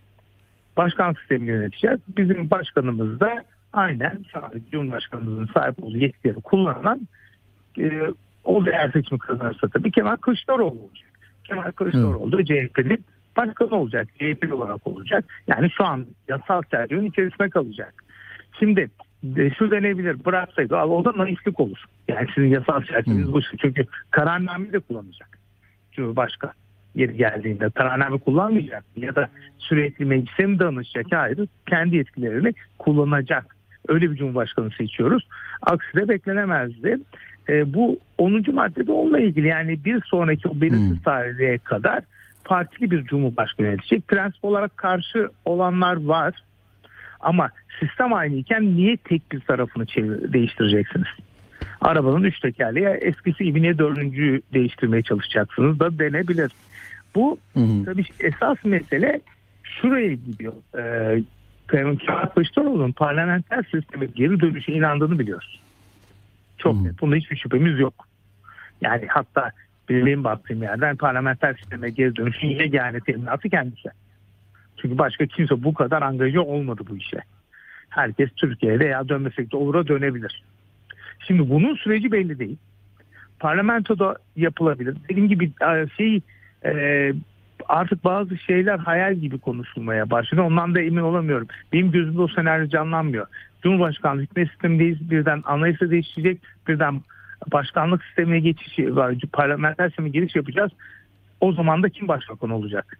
başkan sistemini yöneteceğiz. Bizim başkanımız da aynen sadece Cumhurbaşkanımızın sahip olduğu yetkileri kullanan, e, o da eğer seçimi kazanırsa tabii Kemal Kılıçdaroğlu olacak. Kemal Kılıçdaroğlu da C H P'nin başkanı olacak. C H P'li olarak olacak. Yani şu an yasal çerçevenin içerisine kalacak. Şimdi de şu denebilir, bıraksaydı o da naiflik olur. Yani sizin yasal çerçeveniz bu. Çünkü kararnameyi de kullanacak Cumhurbaşkanı yeri geldiğinde. Kararname kullanmayacak ya da sürekli meclise mi danışacak? Hayır, kendi yetkilerini kullanacak. Öyle bir Cumhurbaşkanı seçiyoruz. Aksi de beklenemezdi. E, bu onuncu maddede onunla ilgili, yani bir sonraki o belirsiz Hmm. tarihe kadar partili bir Cumhurbaşkanı yönetecek. Prensip olarak karşı olanlar var. Ama sistem aynıyken niye tek bir tarafını çevir, değiştireceksiniz? Arabanın üç tekerleği eskisi gibi niye dördüncüyü değiştirmeye çalışacaksınız da denebilir. Bu Hı hı. tabii esas mesele şuraya gidiyor. Ee, Kemal Kılıçdaroğlu'nun parlamenter sisteme geri dönüşe inandığını biliyoruz. Çok Hı. net. Bunda hiçbir şüphemiz yok. Yani hatta benim baktığım yerden parlamenter sisteme geri dönüşün yegane teminatı kendisi. Çünkü başka kimse bu kadar angaja olmadı bu işe. Herkes Türkiye'de ya dönmesek de olur'a dönebilir. Şimdi bunun süreci belli değil. Parlamentoda yapılabilir. Dediğim gibi şey e, artık bazı şeyler hayal gibi konuşulmaya başladı. Ondan da emin olamıyorum. Benim gözümde o senaryo canlanmıyor. Cumhurbaşkanlığı hükümet sistemindeyiz. Birden anayasa değişecek. Birden başkanlık sistemine geçiş var. Parlamenter sisteme giriş yapacağız. O zaman da kim başbakan olacak?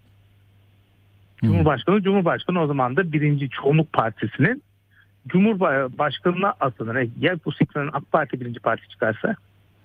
Cumhurbaşkanı, Cumhurbaşkanı o zaman da birinci çoğunluk partisinin Cumhurbaşkanına atanır. Ya bu seçmenin AK Parti birinci parti çıkarsa?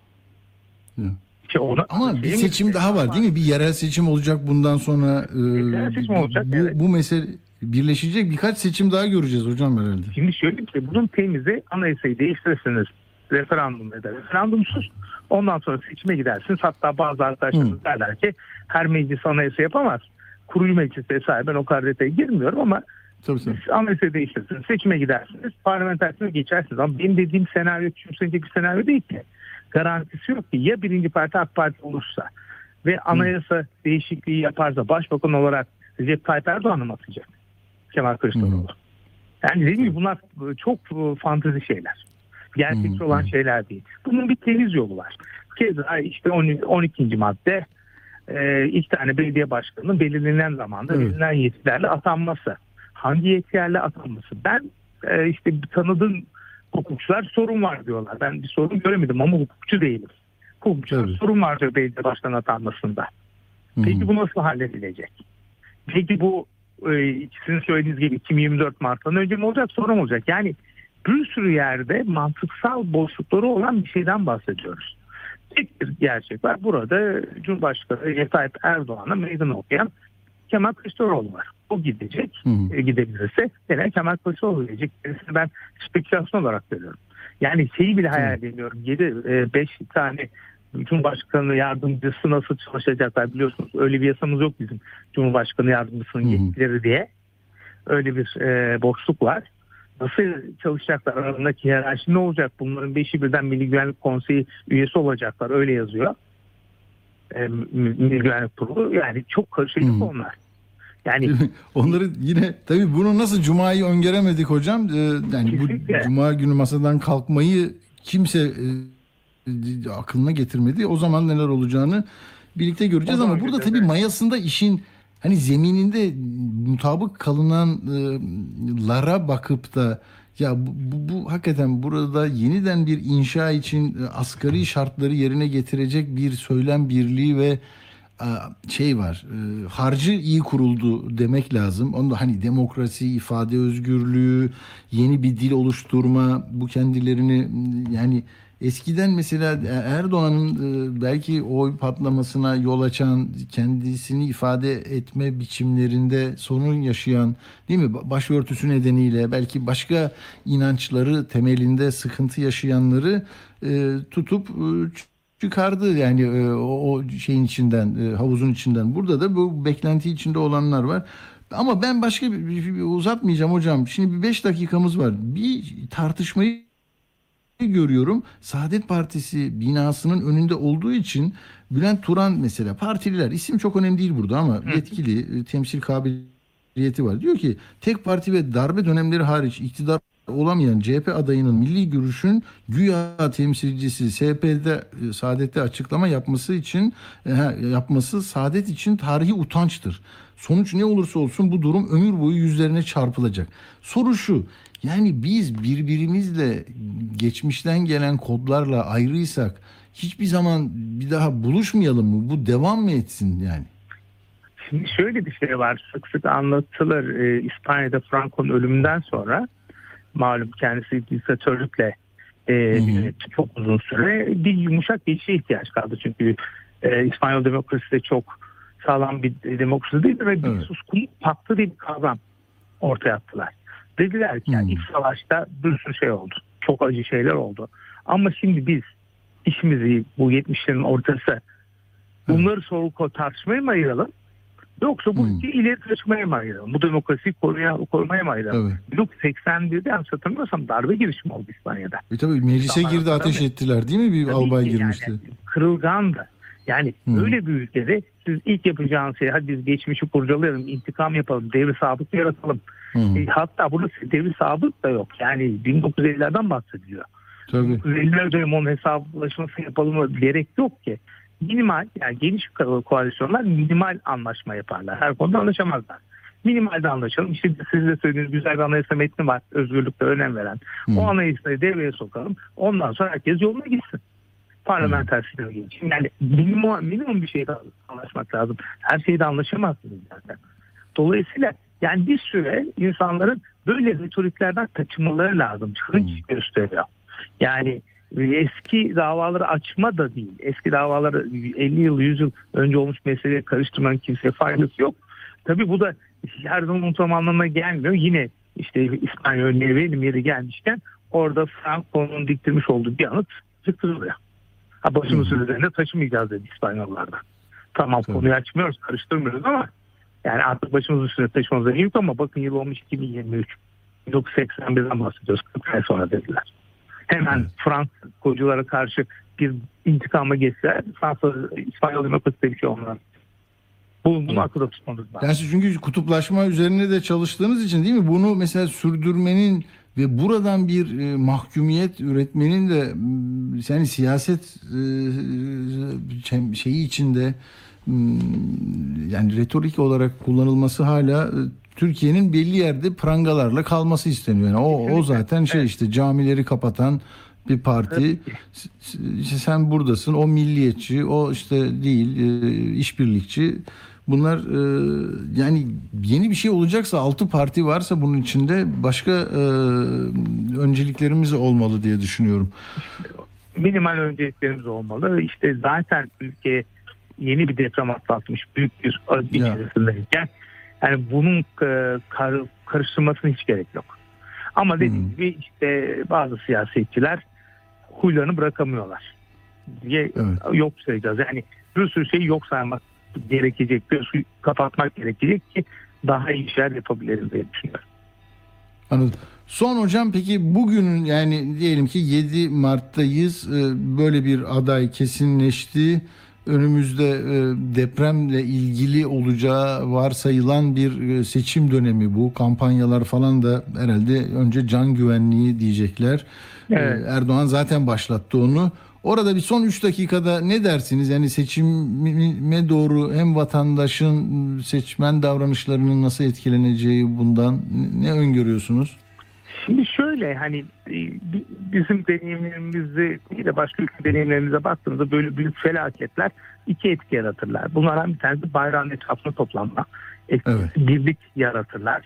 Evet. Ki ona, Ama bir şey seçim mi? daha var değil mi? Bir yerel seçim olacak bundan sonra. E, Yerel seçim bu, olacak, bu, evet. bu mesele birleşecek birkaç seçim daha göreceğiz hocam herhalde. Şimdi şöyle ki bunun temizi anayasayı değiştirirsiniz referandum ya da referandumsuz. Ondan sonra seçime gidersiniz. Hatta bazı arkadaşlarımız Hı. derler ki her meclis anayasa yapamaz. Kurucu meclis vesaire, ben o kadar detaya girmiyorum ama Tabii tabii. siz anayasayı değiştirirsiniz. Seçime gidersiniz. Parlamenter sisteme geçersiniz. Ama benim dediğim senaryo küçümsenecek bir senaryo değil ki. Garantisi yok ki. Ya birinci parti AK Parti olursa ve anayasa değişikliği yaparsa başbakan olarak Recep Tayyip Erdoğan'ı mı atacak? Kemal Kılıçdaroğlu. Yani dediğim gibi bunlar çok fantezi şeyler. Gerçekçi Hı, olan hı. şeyler değil. Bunun bir temiz yolu var. Keza işte on ikinci madde e, iki tane belediye başkanının belirlenen zamanda Evet. belirlenen yetkilerle atanması. Hangi yetkilerle atanması? Ben e, işte tanıdığım hukukçular sorun var diyorlar. Ben bir sorun göremedim ama hukukçu değilim. Hukukçular Tabii. sorun var diyor belediye başkanı atanmasında. Hı hı. Peki bu nasıl halledilecek? Peki bu e, sizin söylediğiniz gibi iki bin yirmi dört Mart'tan önce mi olacak, sonra mı olacak? Yani bir sürü yerde mantıksal boşlukları olan bir şeyden bahsediyoruz. Tek bir gerçek var. Burada Cumhurbaşkanı Recep Tayyip Erdoğan'a meydan okuyan Kemal Kılıçdaroğlu var. O gidecek. Hı hı. E, gidebilirse gene Kemal Kılıçdaroğlu gelecek. Gerisini ben spekülasyon olarak görüyorum. Yani şeyi bile hayal ediyorum. yedi beş tane Cumhurbaşkanı yardımcısı nasıl çalışacaklar biliyorsunuz. Öyle bir yasamız yok bizim Cumhurbaşkanı yardımcısının Hı hı. yetkileri diye. Öyle bir e, boşluk var. Nasıl çalışacaklar? Aralarındaki hiyerarşi ne olacak? Bunların beşi birden Milli Güvenlik Konseyi üyesi olacaklar. Öyle yazıyor. E, Milli Güvenlik Kurulu. Yani çok karışık Hı. onlar. Yani Onları yine tabii bunu nasıl Cuma'yı öngöremedik hocam. Ee, yani Kesinlikle. bu Cuma günü masadan kalkmayı kimse e, aklına getirmedi. O zaman neler olacağını birlikte göreceğiz O ama zaman burada göreceğiz, tabii evet. mayasında işin hani zemininde mutabık kalınanlara bakıp da ya bu, bu, bu hakikaten burada yeniden bir inşa için e, asgari şartları yerine getirecek bir söylem birliği ve şey var, e, harcı iyi kuruldu demek lazım. Onda hani demokrasi, ifade özgürlüğü, yeni bir dil oluşturma, bu kendilerini yani eskiden mesela Erdoğan'ın e, belki oy patlamasına yol açan, kendisini ifade etme biçimlerinde sorun yaşayan, değil mi? Başörtüsü nedeniyle belki başka inançları temelinde sıkıntı yaşayanları e, tutup e, çıkardı yani e, o, o şeyin içinden, e, havuzun içinden. Burada da bu beklenti içinde olanlar var. Ama ben başka bir, bir, bir uzatmayacağım hocam. Şimdi bir beş dakikamız var. Bir tartışmayı görüyorum. Saadet Partisi binasının önünde olduğu için Bülent Turan mesela, partililer, isim çok önemli değil burada ama yetkili, e, temsil kabiliyeti var. Diyor ki tek parti ve darbe dönemleri hariç iktidar olamayan C H P adayının milli görüşün güya temsilcisi S H P'de e, Saadet'te açıklama yapması için e, yapması Saadet için tarihi utançtır. Sonuç ne olursa olsun bu durum ömür boyu yüzlerine çarpılacak. Soru şu: yani biz birbirimizle geçmişten gelen kodlarla ayrıysak hiçbir zaman bir daha buluşmayalım mı? Bu devam mı etsin yani? şimdi şöyle bir şey var. Sık sık anlatılır. Ee, İspanya'da Franco'nun ölümünden sonra malum kendisi diktatörlükle e, yönetti çok uzun süre. Bir yumuşak geçişe ihtiyaç kaldı. Çünkü e, İspanyol demokrasisi de çok sağlam bir demokrasi değil ve bir Evet. suskunluk paktı diye bir kavram ortaya attılar. Dediler ki yani Hmm. iç savaşta bir sürü şey oldu. Çok acı şeyler oldu. Ama şimdi biz işimizi bu yetmişlerin ortası bunları soru tartışmaya mı ayıralım? Yoksa bu Hmm. ülkeyi ileri taşımaya mı ayıralım? Bu demokrasiyi koruya, korumaya mı ayıralım? Evet. bin dokuz yüz seksen birde yanlış hatırlamıyorsam darbe girişimi oldu İspanya'da. E tabii meclise İnsanlar girdi, ateş tabii. ettiler değil mi? Bir Tabii albay ki girmişti. Yani, kırılgandı. Yani Hmm. öyle bir ülkede siz ilk yapacağınız şey hadi biz geçmişi kurcalayalım, intikam yapalım, devri sabık yaratalım. Hmm. E, hatta burada devri sabık da yok. Yani bin dokuz yüz ellilerden bahsediliyor. Tabii. bin dokuz yüz elliler dönemi onun hesaplaşması yapalım gerek yok ki. Minimal, yani geniş koalisyonlar minimal anlaşma yaparlar. Her konuda anlaşamazlar. Minimalde anlaşalım. İşte siz de söylediğiniz güzel bir anayasa metni var. Özgürlükte önem veren. Hmm. O anayasayı devreye sokalım. Ondan sonra herkes yoluna gitsin. Parlamenter sisteme geçin. Yani minimum, minimum bir şeyde anlaşmak lazım. Her şeyde anlaşamazsınız zaten. Dolayısıyla yani bir süre insanların böyle retoriklerden kaçınmaları lazım. Hınç Hmm. gösteriyor. Yani eski davaları açma da değil. Eski davaları elli yıl, yüz yıl önce olmuş meseleye karıştırmanın kimseye faydası yok. tabii bu da her zaman unutam anlamına gelmiyor. Yine işte İspanya örneği verelim yeri gelmişken orada Franco'nun diktirmiş olduğu bir anıt yıkılıyor. Ha başımız üzerinde taşımayacağız dedi İspanyollardan. Tamam Tabii. konuyu açmıyoruz, karıştırmıyoruz ama yani artık başımız üstüne taşımamıza gerek yok ama bakın yıl olmuş iki bin yirmi üç. bin dokuz yüz seksen birden bahsediyoruz. kırk ay sonra dediler. Hemen Evet. Fransız koyuculara karşı bir intikama geçtiler. Fransa, İspanyol demokrasi bir şey olmaz. Bu, bunu Evet. akılda tutmamız lazım. Yani siz çünkü kutuplaşma üzerine de çalıştığınız için değil mi? Bunu mesela sürdürmenin ve buradan bir e, mahkumiyet üretmenin de m, yani siyaset e, şeyi içinde m, yani retorik olarak kullanılması hala e, Türkiye'nin belli yerde prangalarla kalması isteniyor. Yani o, o zaten şey Evet. işte camileri kapatan bir parti. S- s- işte sen buradasın, o milliyetçi, o işte değil, e, işbirlikçi. Bunlar e, yani yeni bir şey olacaksa, altı parti varsa bunun içinde başka e, önceliklerimiz olmalı diye düşünüyorum. Minimal önceliklerimiz olmalı. İşte zaten ülke yeni bir deprem atlatmış. Büyük bir acı Ya. içerisindeyken yani bunun e, kar, karıştırmasına hiç gerek yok. Ama dediğim Hmm. gibi işte bazı siyasetçiler huylarını bırakamıyorlar diye Evet. yok sayacağız. Yani bir sürü şeyi yok saymak gerekecek. Bir sürü kapatmak gerekecek ki daha iyi işler yapabiliriz diye düşünüyorum. Anladım. Son hocam peki bugün yani diyelim ki yedi Mart'tayız. E, böyle bir aday kesinleşti. Önümüzde e, depremle ilgili olacağı varsayılan bir e, seçim dönemi bu. Kampanyalar falan da herhalde önce can güvenliği diyecekler. Evet. E, Erdoğan zaten başlattı onu. Orada bir son üç dakikada ne dersiniz? Yani seçime doğru hem vatandaşın seçmen davranışlarının nasıl etkileneceği bundan ne öngörüyorsunuz? Şimdi şöyle hani e, bi- bizim deneyimlerimizde değil de başka ülke deneyimlerimize baktığımızda böyle büyük felaketler iki etki yaratırlar. Bunlardan bir tanesi bayrağın etrafına toplanma. etkisi, Evet. Birlik yaratırlar.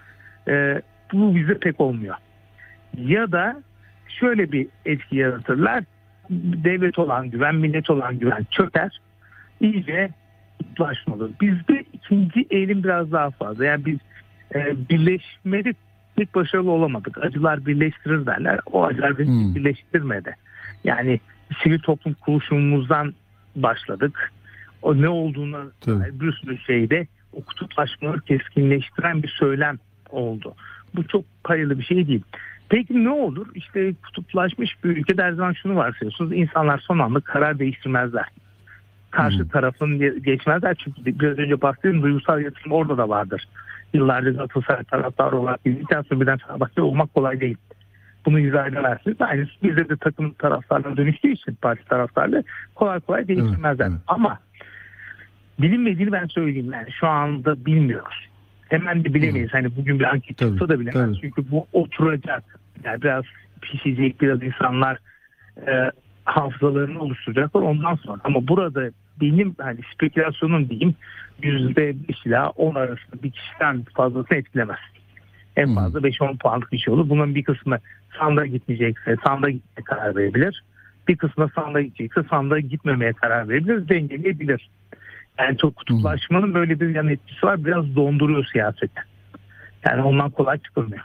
E, bu bize pek olmuyor. Ya da şöyle bir etki yaratırlar. Devlet olan güven, millet olan güven çöker. İyice kutuplaşma olur. Bizde ikinci eğilim biraz daha fazla. Yani biz e, birleşmede pek başarılı olamadık. Acılar birleştirir derler. O acılar bizi Hmm. birleştirmedi. Yani sivil toplum kuruluşumuzdan başladık. O ne olduğunu Tabii. bir sürü şeyde o kutuplaşmaları keskinleştiren bir söylem oldu. Bu çok hayırlı bir şey değil. Peki ne olur? İşte kutuplaşmış bir ülkede her zaman şunu varsayıyorsunuz. İnsanlar son anda karar değiştirmezler. Karşı Hmm. tarafın ge- geçmezler. Çünkü biraz önce bahsettiğim duygusal yatırım orada da vardır. Yıllarca Galatasaray taraftarı olarak bildikten sonra birden Fenerbahçe olmak kolay değil. Bunu izah edersiniz. Aynısı bizde de takım taraftarlarına dönüştüğü için parti taraftarları kolay kolay değiştirmezler. Evet, evet. Ama bilinmediğini ben söyleyeyim. Yani şu anda bilmiyoruz. Hemen de bilemeyiz. Hani bugün bir anket Tabii, çıksa da bilemeyiz. tabii. Çünkü bu oturacak. Yani biraz pişecek, biraz insanlar e, hafızalarını oluşturacaklar ondan sonra. Ama burada benim hani spekülasyonum diyeyim yüzde beş ila on arasında bir kişiden fazlasını etkilemez. En Hı. fazla beş on puanlık bir şey olur. Bunun bir kısmı sandığa gitmeyecekse sandığa gitmeye karar verebilir. Bir kısmı sandığa gidecekse sandığa gitmemeye karar verebilir. Dengeleyebilir. Yani çok kutuplaşmanın böyle bir yan etkisi var. Biraz donduruyor siyaseti. Yani ondan kolay çıkılmıyor.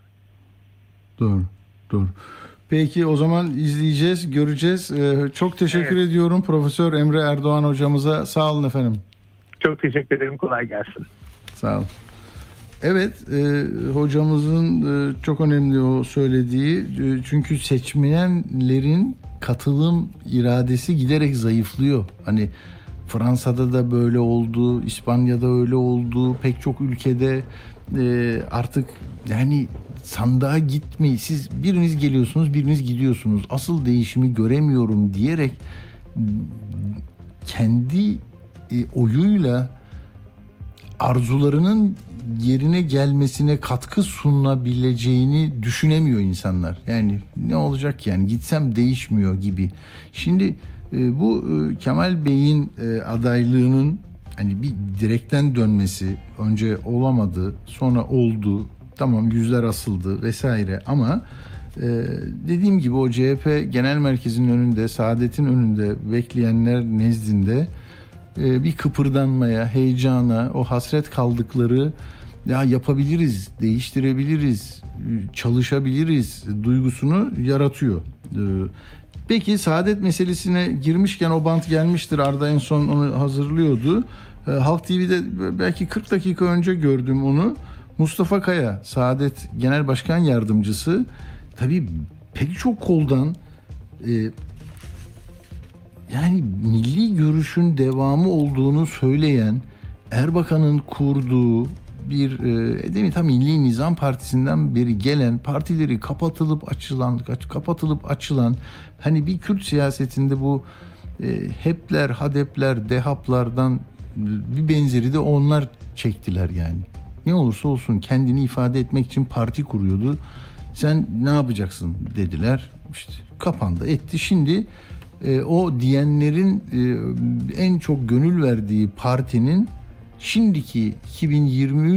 Doğru. Doğru. Peki o zaman izleyeceğiz, göreceğiz. Ee, çok teşekkür Evet. ediyorum Profesör Emre Erdoğan hocamıza. Sağ olun efendim. Çok teşekkür ederim. Kolay gelsin. Sağ olun. Evet, e, hocamızın e, çok önemli o söylediği. E, çünkü seçmenlerin katılım iradesi giderek zayıflıyor. Hani Fransa'da da böyle oldu, İspanya'da öyle oldu, pek çok ülkede e, artık yani sandığa gitmeyi, siz biriniz geliyorsunuz, biriniz gidiyorsunuz. Asıl değişimi göremiyorum diyerek kendi e, oyuyla arzularının yerine gelmesine katkı sunabileceğini düşünemiyor insanlar. Yani ne olacak ki yani gitsem değişmiyor gibi. Şimdi e, bu e, Kemal Bey'in e, adaylığının hani bir direkten dönmesi önce olamadı, sonra oldu. Tamam yüzler asıldı vesaire ama e, dediğim gibi o C H P Genel Merkezi'nin önünde, Saadet'in önünde bekleyenler nezdinde e, bir kıpırdanmaya, heyecana, o hasret kaldıkları ya yapabiliriz, değiştirebiliriz, çalışabiliriz duygusunu yaratıyor. E, peki Saadet meselesine girmişken o bant gelmiştir. Arda en son onu hazırlıyordu. E, Halk T V'de belki kırk dakika önce gördüm onu. Mustafa Kaya, Saadet Genel Başkan Yardımcısı, tabii pek çok koldan e, yani milli görüşün devamı olduğunu söyleyen, Erbakan'ın kurduğu bir e, değil mi, tam Milli Nizam Partisi'nden beri gelen, partileri kapatılıp açılan, kapatılıp açılan, hani bir Kürt siyasetinde bu e, hepler, hadepler, dehaplardan bir benzeri de onlar çektiler yani. Ne olursa olsun kendini ifade etmek için parti kuruyordu. Sen ne yapacaksın dediler. İşte kapandı, etti. Şimdi e, o diyenlerin e, en çok gönül verdiği partinin şimdiki iki bin yirmi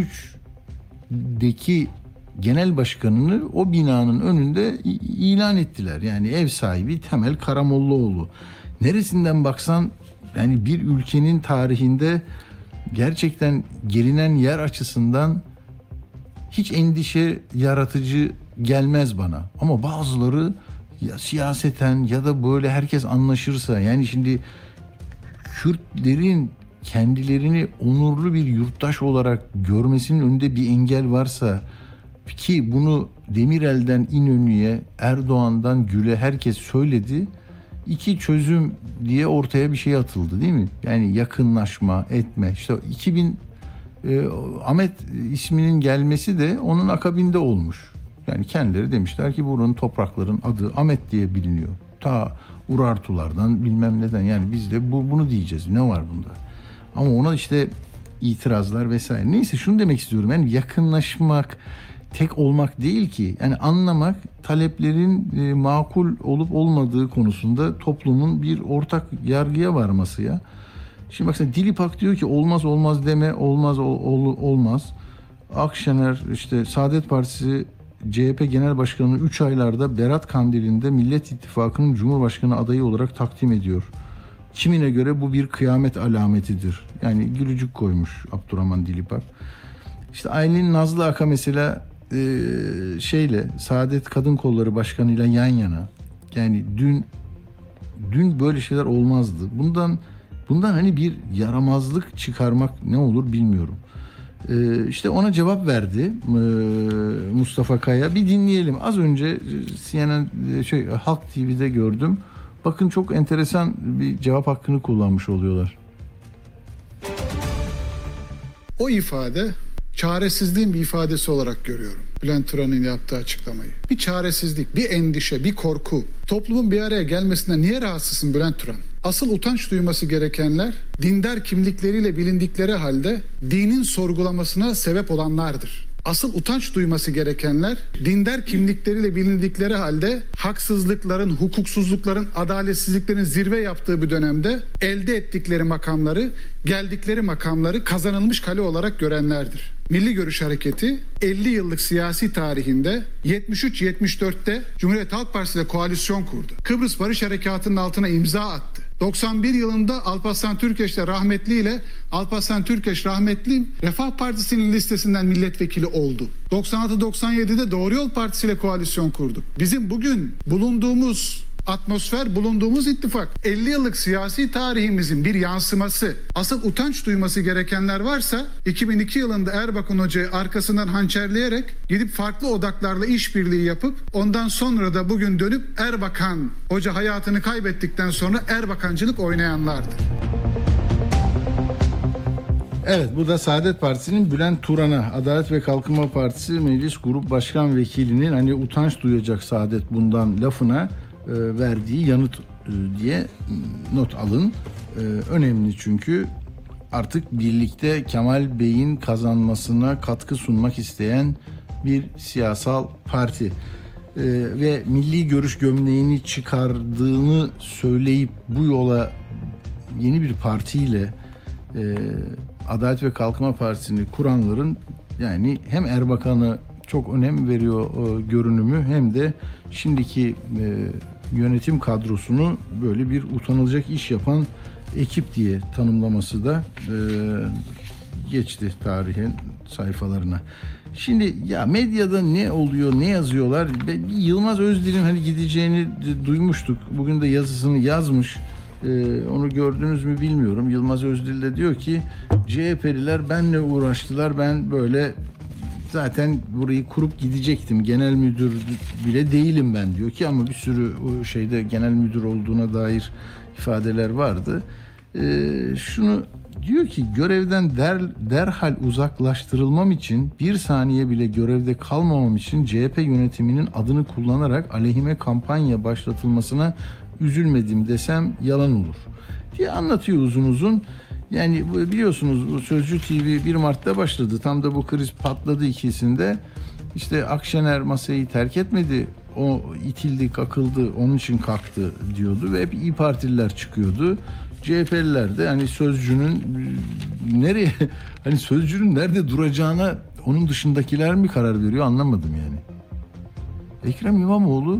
üç'deki genel başkanını o binanın önünde ilan ettiler. Yani ev sahibi Temel Karamollaoğlu. Neresinden baksan yani bir ülkenin tarihinde gerçekten gelinen yer açısından hiç endişe yaratıcı gelmez bana. Ama bazıları ya siyaseten ya da böyle herkes anlaşırsa, yani şimdi Kürtlerin kendilerini onurlu bir yurttaş olarak görmesinin önünde bir engel varsa, ki bunu Demirel'den İnönü'ye, Erdoğan'dan Gül'e herkes söyledi. İki çözüm diye ortaya bir şey atıldı değil mi? Yani yakınlaşma, etme. İşte iki bin e, Ahmet isminin gelmesi de onun akabinde olmuş. Yani kendileri demişler ki buranın, toprakların adı Ahmet diye biliniyor. Ta Urartulardan bilmem neden, yani biz de bu, bunu diyeceğiz. Ne var bunda? Ama ona işte itirazlar vesaire. Neyse, şunu demek istiyorum. Yani yakınlaşmak tek olmak değil ki. Yani anlamak, taleplerin e, makul olup olmadığı konusunda toplumun bir ortak yargıya varması ya. Şimdi baksana, Dilipak diyor ki olmaz olmaz deme, olmaz ol, ol, olmaz. Akşener, işte Saadet Partisi C H P Genel Başkanı'nı üç aylarda Berat Kandili'nde Millet İttifakı'nın Cumhurbaşkanı adayı olarak takdim ediyor. Kimine göre bu bir kıyamet alametidir. Yani gülücük koymuş Abdurrahman Dilipak. İşte Aylin Nazlı Aka mesela e, şeyle, Saadet Kadın Kolları Başkanı'yla yan yana. Yani dün dün böyle şeyler olmazdı. Bundan bundan hani bir yaramazlık çıkarmak ne olur bilmiyorum. E, işte ona cevap verdi e, Mustafa Kaya. Bir dinleyelim. Az önce C N N şey Halk T V'de gördüm. Bakın, çok enteresan bir cevap hakkını kullanmış oluyorlar. O ifade çaresizliğin bir ifadesi olarak görüyorum. Bülent Turan'ın yaptığı açıklamayı. Bir çaresizlik, bir endişe, bir korku. Toplumun bir araya gelmesinden niye rahatsızsın Bülent Turan? Asıl utanç duyması gerekenler dindar kimlikleriyle bilindikleri halde dinin sorgulamasına sebep olanlardır. Asıl utanç duyması gerekenler dindar kimlikleriyle bilindikleri halde haksızlıkların, hukuksuzlukların, adaletsizliklerin zirve yaptığı bir dönemde elde ettikleri makamları, geldikleri makamları kazanılmış kale olarak görenlerdir. Milli Görüş Hareketi elli yıllık siyasi tarihinde yetmiş üç yetmiş dörtte Cumhuriyet Halk Partisi ile koalisyon kurdu. Kıbrıs Barış Harekatı'nın altına imza attı. doksan bir yılında Alparslan Türkeş'le rahmetli ile Alparslan Türkeş rahmetli Refah Partisi'nin listesinden milletvekili oldu. doksan altı doksan yedide Doğru Yol Partisi ile koalisyon kurduk. Bizim bugün bulunduğumuz atmosfer, bulunduğumuz ittifak elli yıllık siyasi tarihimizin bir yansıması. Asıl utanç duyması gerekenler varsa iki bin iki yılında Erbakan Hoca'yı arkasından hançerleyerek gidip farklı odaklarla işbirliği yapıp ondan sonra da bugün dönüp Erbakan Hoca hayatını kaybettikten sonra Erbakancılık oynayanlardır. Evet, bu da Saadet Partisi'nin Bülent Turan'a, Adalet ve Kalkınma Partisi Meclis Grup Başkan Vekili'nin hani utanç duyacak Saadet bundan lafına e, verdiği yanıt e, diye not alın. E, önemli, çünkü artık birlikte Kemal Bey'in kazanmasına katkı sunmak isteyen bir siyasal parti. E, ve milli görüş gömleğini çıkardığını söyleyip bu yola yeni bir partiyle e, Adalet ve Kalkınma Partisi'ni kuranların, yani hem Erbakan'a çok önem veriyor e, görünümü, hem de şimdiki e, yönetim kadrosunu böyle bir utanılacak iş yapan ekip diye tanımlaması da e, geçti tarihin sayfalarına. Şimdi ya medyada ne oluyor, ne yazıyorlar? Yılmaz Özdil'in hani gideceğini duymuştuk. Bugün de yazısını yazmış. Ee, onu gördünüz mü bilmiyorum. Yılmaz Özdil de diyor ki C H P'liler benle uğraştılar. Ben böyle zaten burayı kurup gidecektim. Genel müdür bile değilim ben diyor ki ama bir sürü o şeyde genel müdür olduğuna dair ifadeler vardı. Ee, şunu diyor ki görevden der, derhal uzaklaştırılmam için bir saniye bile görevde kalmamam için C H P yönetiminin adını kullanarak aleyhime kampanya başlatılmasına üzülmedim desem yalan olur diye anlatıyor uzun uzun. Yani biliyorsunuz bu Sözcü T V bir Mart'ta başladı. Tam da bu kriz patladı ikisinde. İşte Akşener masayı terk etmedi. O itildi, kakıldı, onun için kalktı diyordu ve hep İYİ Partililer çıkıyordu. C H P'liler de hani Sözcü'nün nereye hani Sözcü'nün nerede duracağına onun dışındakiler mi karar veriyor anlamadım yani. Ekrem İmamoğlu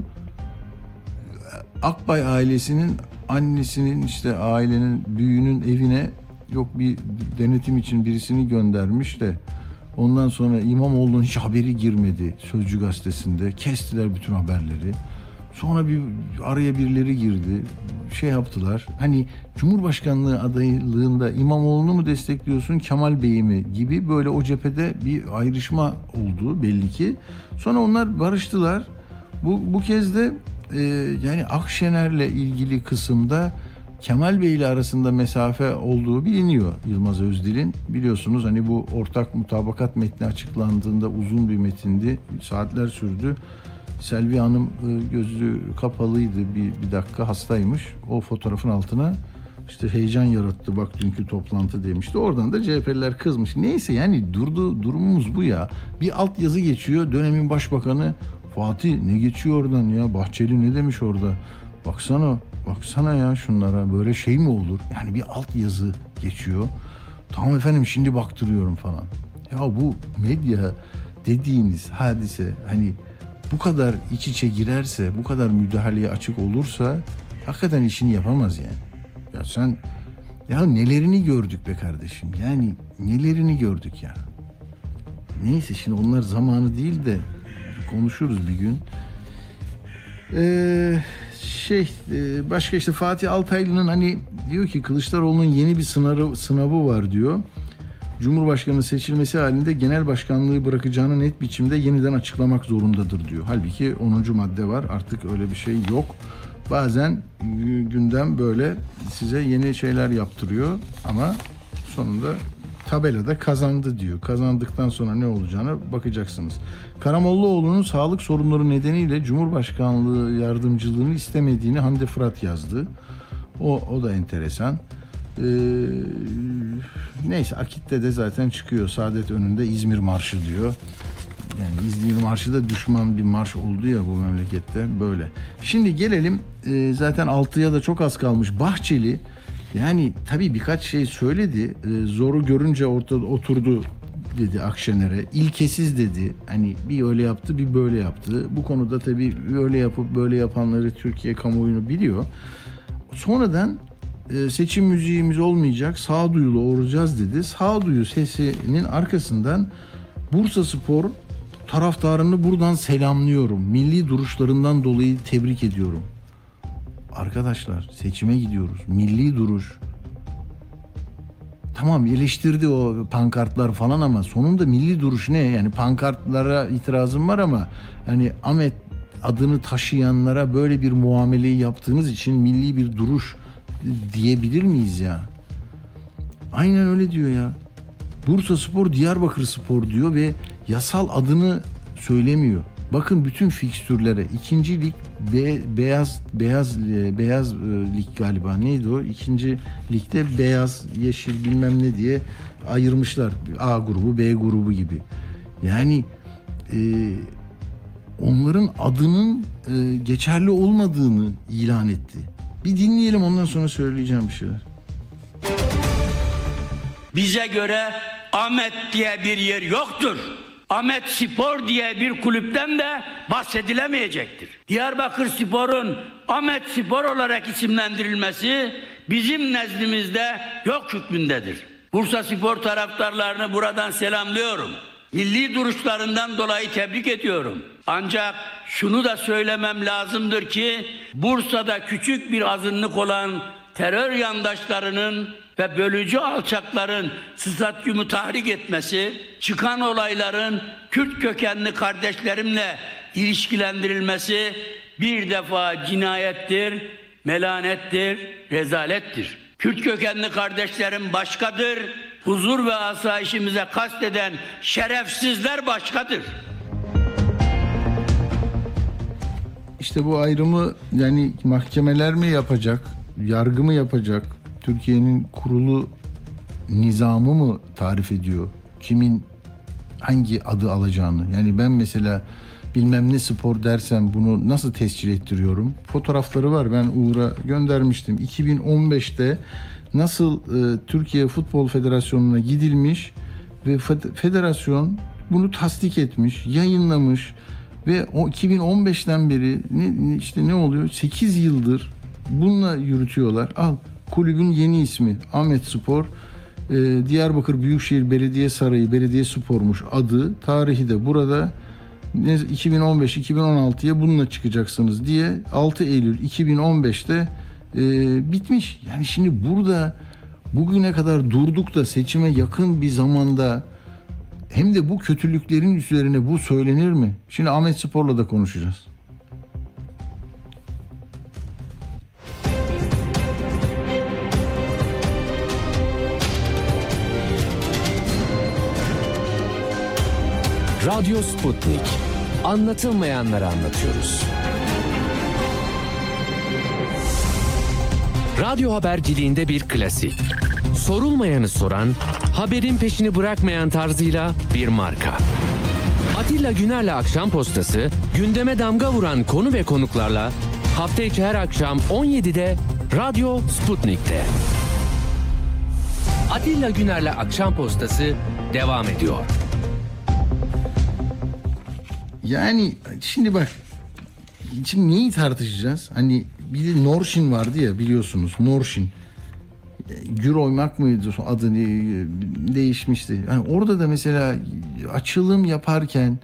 Akbay ailesinin annesinin işte ailenin büyüğünün evine yok bir denetim için birisini göndermiş de ondan sonra İmamoğlu'nun hiç haberi girmedi Sözcü gazetesinde. Kestiler bütün haberleri. Sonra bir araya birileri girdi. Şey yaptılar. Hani Cumhurbaşkanlığı adaylığında İmamoğlu'nu mu destekliyorsun Kemal Bey'i mi gibi böyle o cephede bir ayrışma oldu belli ki. Sonra onlar barıştılar. Bu, bu kez de e, yani Akşener'le ilgili kısımda Kemal Bey ile arasında mesafe olduğu biliniyor Yılmaz Özdil'in. Biliyorsunuz hani bu ortak mutabakat metni açıklandığında uzun bir metindi. Saatler sürdü. Selvi Hanım gözü kapalıydı bir, bir dakika hastaymış. O fotoğrafın altına işte heyecan yarattı bak dünkü toplantı demişti. Oradan da C H P'liler kızmış. Neyse yani durdu durumumuz bu ya. Bir altyazı geçiyor dönemin başbakanı Fatih ne geçiyor oradan ya Bahçeli ne demiş orada. Baksana baksana ya şunlara böyle şey mi olur? Yani bir altyazı geçiyor. Tamam efendim şimdi baktırıyorum falan. Ya bu medya dediğiniz hadise hani bu kadar iç içe girerse, bu kadar müdahaleye açık olursa hakikaten işini yapamaz yani. Ya sen ya nelerini gördük be kardeşim. Yani nelerini gördük ya. Neyse şimdi onlar zamanı değil de konuşuruz bir gün. Ee, şey başka işte Fatih Altaylı'nın hani diyor ki Kılıçdaroğlu'nun yeni bir sınavı, sınavı var diyor. Cumhurbaşkanı seçilmesi halinde genel başkanlığı bırakacağını net biçimde yeniden açıklamak zorundadır diyor. Halbuki onuncu madde var. Artık öyle bir şey yok. Bazen gündem böyle size yeni şeyler yaptırıyor ama sonunda tabelada kazandı diyor. Kazandıktan sonra ne olacağına bakacaksınız. Karamollaoğlu'nun sağlık sorunları nedeniyle Cumhurbaşkanlığı yardımcılığını istemediğini Hande Fırat yazdı. O, o da enteresan. Ee, neyse Akit'te de zaten çıkıyor. Saadet önünde İzmir Marşı diyor. Yani İzmir Marşı da düşman bir marş oldu ya bu memlekette böyle. Şimdi gelelim e, zaten altıya da çok az kalmış. Bahçeli yani tabii birkaç şey söyledi. E, zoru görünce ortada oturdu dedi Akşener'e. İlkesiz dedi. Hani bir öyle yaptı bir böyle yaptı. Bu konuda tabii öyle yapıp böyle yapanları Türkiye kamuoyunu biliyor. Sonradan seçim müziğimiz olmayacak, sağduyulu olacağız dedi. Sağduyu sesinin arkasından Bursaspor taraftarını buradan selamlıyorum. Milli duruşlarından dolayı tebrik ediyorum. Arkadaşlar seçime gidiyoruz. Milli duruş. Tamam eleştirdi o pankartlar falan ama sonunda milli duruş ne? Yani pankartlara itirazım var ama hani Ahmet adını taşıyanlara böyle bir muameleyi yaptığınız için milli bir duruş diyebilir miyiz ya? Aynen öyle diyor ya. Bursaspor Diyarbakırspor diyor ve yasal adını söylemiyor. Bakın bütün fikstürlere ikinci lig be, beyaz beyaz beyaz lig galiba neydi o? İkinci ligde beyaz, yeşil bilmem ne diye ayırmışlar. A grubu, B grubu gibi. Yani e, onların adının e, geçerli olmadığını ilan etti. Bir dinleyelim ondan sonra söyleyeceğim bir şeyler. Bize göre Ahmet diye bir yer yoktur. Ahmet Spor diye bir kulüpten de bahsedilemeyecektir. Diyarbakırspor'un Ahmet Spor olarak isimlendirilmesi bizim nezdimizde yok hükmündedir. Bursaspor taraftarlarını buradan selamlıyorum. Milli duruşlarından dolayı tebrik ediyorum. Ancak şunu da söylemem lazımdır ki Bursa'da küçük bir azınlık olan terör yandaşlarının ve bölücü alçakların stadyumu tahrik etmesi, çıkan olayların Kürt kökenli kardeşlerimle ilişkilendirilmesi bir defa cinayettir, melanettir, rezalettir. Kürt kökenli kardeşlerim başkadır, huzur ve asayişimize kasteden şerefsizler başkadır. İşte bu ayrımı yani mahkemeler mi yapacak, yargı mı yapacak, Türkiye'nin kurulu nizamı mı tarif ediyor? Kimin hangi adı alacağını? Yani ben mesela bilmem ne spor dersem bunu nasıl tescil ettiriyorum? Fotoğrafları var, ben Uğur'a göndermiştim. iki bin on beşte nasıl e, Türkiye Futbol Federasyonu'na gidilmiş ve federasyon bunu tasdik etmiş, yayınlamış ve o iki bin on beşten beri ne, işte ne oluyor? sekiz yıldır bununla yürütüyorlar. Al, kulübün yeni ismi Ahmetspor, e, Diyarbakır Büyükşehir Belediye Sarayı Belediyespor'muş adı, tarihi de burada. iki bin on beş iki bin on altıya bununla çıkacaksınız diye altı Eylül iki bin on beşte e, bitmiş. Yani şimdi burada bugüne kadar durduk da seçime yakın bir zamanda hem de bu kötülüklerin üzerine bu söylenir mi? Şimdi Ahmetspor'la da konuşacağız. Radyo Sputnik. Anlatılmayanları anlatıyoruz. Radyo haberciliğinde bir klasik. Sorulmayanı soran, haberin peşini bırakmayan tarzıyla bir marka. Atilla Güner'le Akşam Postası, gündeme damga vuran konu ve konuklarla hafta içi her akşam on yedide Radyo Sputnik'te. Atilla Güner'le Akşam Postası devam ediyor. Yani şimdi bak, şimdi neyi tartışacağız? Hani bir de Norşin vardı ya, biliyorsunuz Norşin. Güroymak mıydı adı, değişmişti. Yani orada da mesela açılım yaparken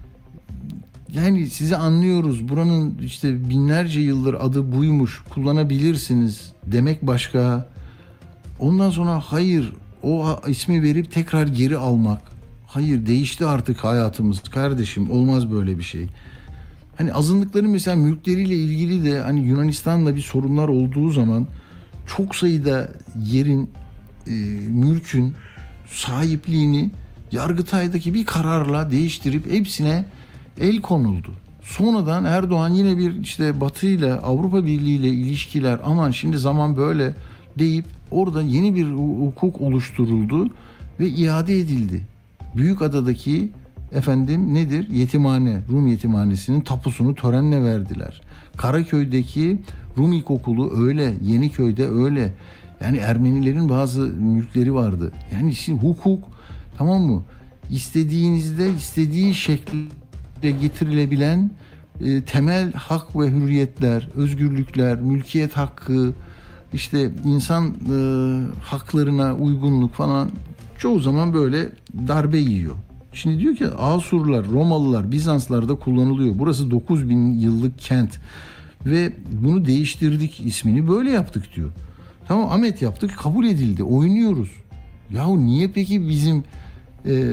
yani sizi anlıyoruz. Buranın işte binlerce yıldır adı buymuş, kullanabilirsiniz demek başka. Ondan sonra hayır, o ismi verip tekrar geri almak. Hayır, değişti artık hayatımız kardeşim, olmaz böyle bir şey. Hani azınlıkların mesela mülkleriyle ilgili de hani Yunanistan'la bir sorunlar olduğu zaman çok sayıda yerin, e, mülkün sahipliğini Yargıtay'daki bir kararla değiştirip hepsine el konuldu. Sonradan Erdoğan yine bir işte Batı ile Avrupa Birliği ile ilişkiler, aman şimdi zaman böyle deyip orada yeni bir hukuk oluşturuldu ve iade edildi. Büyükada'daki efendim nedir? Yetimhane, Rum yetimhanesinin tapusunu törenle verdiler. Karaköy'deki Rum İlkokulu öyle, Yeniköy'de öyle. Yani Ermenilerin bazı mülkleri vardı. Yani şimdi hukuk, tamam mı? İstediğinizde istediği şekilde getirilebilen e, temel hak ve hürriyetler, özgürlükler, mülkiyet hakkı, işte insan e, haklarına uygunluk falan çoğu zaman böyle darbe yiyor. Şimdi diyor ki Asurlar, Romalılar, Bizanslar da kullanılıyor. Burası dokuz bin yıllık kent ve bunu değiştirdik, ismini böyle yaptık diyor. Tamam, Ahmet yaptık, kabul edildi, oynuyoruz. Yahu niye peki bizim e,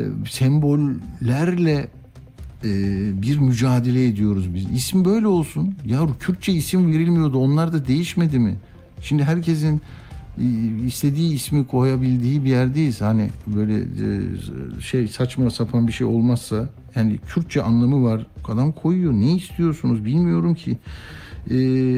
sembollerle e, bir mücadele ediyoruz biz? İsim böyle olsun. Ya Kürtçe isim verilmiyordu, onlar da değişmedi mi? Şimdi herkesin istediği ismi koyabildiği bir yerdeyiz. Hani böyle şey saçma sapan bir şey olmazsa, yani Kürtçe anlamı var, adam koyuyor. Ne istiyorsunuz bilmiyorum ki. Ee,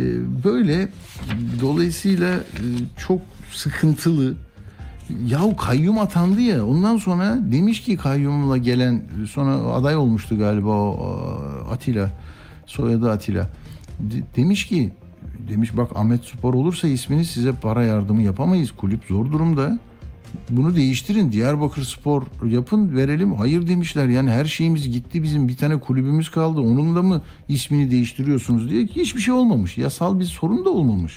böyle dolayısıyla çok sıkıntılı. Yahu kayyum atandı ya, ondan sonra demiş ki kayyumla gelen, sonra aday olmuştu galiba o Atilla, soyadı Atilla. De, demiş ki Demiş bak, Ahmetspor olursa ismini size para yardımı yapamayız. Kulüp zor durumda. Bunu değiştirin. Diyarbakırspor yapın, verelim. Hayır demişler. Yani her şeyimiz gitti bizim. Bir tane kulübümüz kaldı. Onun da mı ismini değiştiriyorsunuz diye. Hiçbir şey olmamış. Yasal bir sorun da olmamış.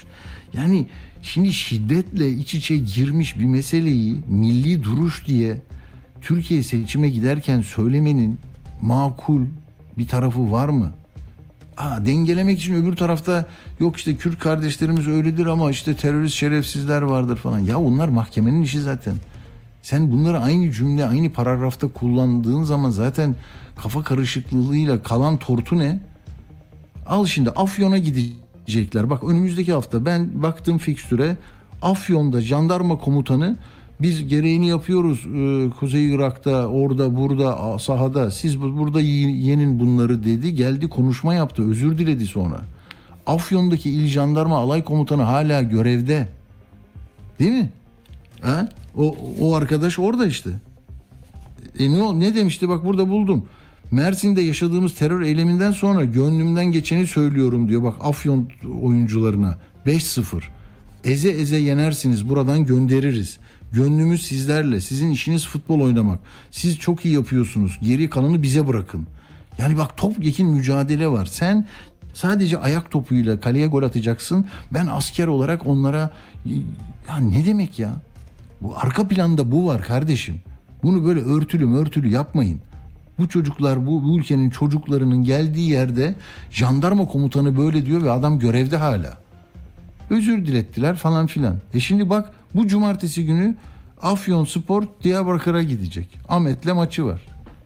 Yani şimdi şiddetle iç içe girmiş bir meseleyi milli duruş diye Türkiye seçime giderken söylemenin makul bir tarafı var mı? Aa, dengelemek için öbür tarafta yok işte Kürt kardeşlerimiz öyledir ama işte terörist şerefsizler vardır falan. Ya onlar mahkemenin işi zaten. Sen bunları aynı cümle, aynı paragrafta kullandığın zaman zaten kafa karışıklığıyla kalan tortu ne? Al şimdi Afyon'a gidecekler. Bak önümüzdeki hafta ben baktım fikstüre. Afyon'da jandarma komutanı biz gereğini yapıyoruz e, Kuzey Irak'ta, orada, burada, sahada. Siz burada yenin bunları dedi. Geldi konuşma yaptı. Özür diledi sonra. Afyon'daki il jandarma alay komutanı hala görevde. Değil mi? Ha? O, o arkadaş orada işte. E ne, ne demişti bak burada buldum. Mersin'de yaşadığımız terör eyleminden sonra gönlümden geçeni söylüyorum diyor. Bak Afyon oyuncularına beş sıfır. Eze eze yenersiniz, buradan göndeririz. Gönlümüz sizlerle. Sizin işiniz futbol oynamak. Siz çok iyi yapıyorsunuz. Geri kalanı bize bırakın. Yani bak topyekün mücadele var. Sen sadece ayak topuyla kaleye gol atacaksın. Ben asker olarak onlara ya ne demek ya? Bu arka planda bu var kardeşim. Bunu böyle örtülü örtülü yapmayın. Bu çocuklar, bu, bu ülkenin çocuklarının geldiği yerde jandarma komutanı böyle diyor ve adam görevde hala. Özür dilettiler falan filan. E şimdi bak bu cumartesi günü Afyonspor Diyarbakır'a gidecek. Ahmet'le maçı var.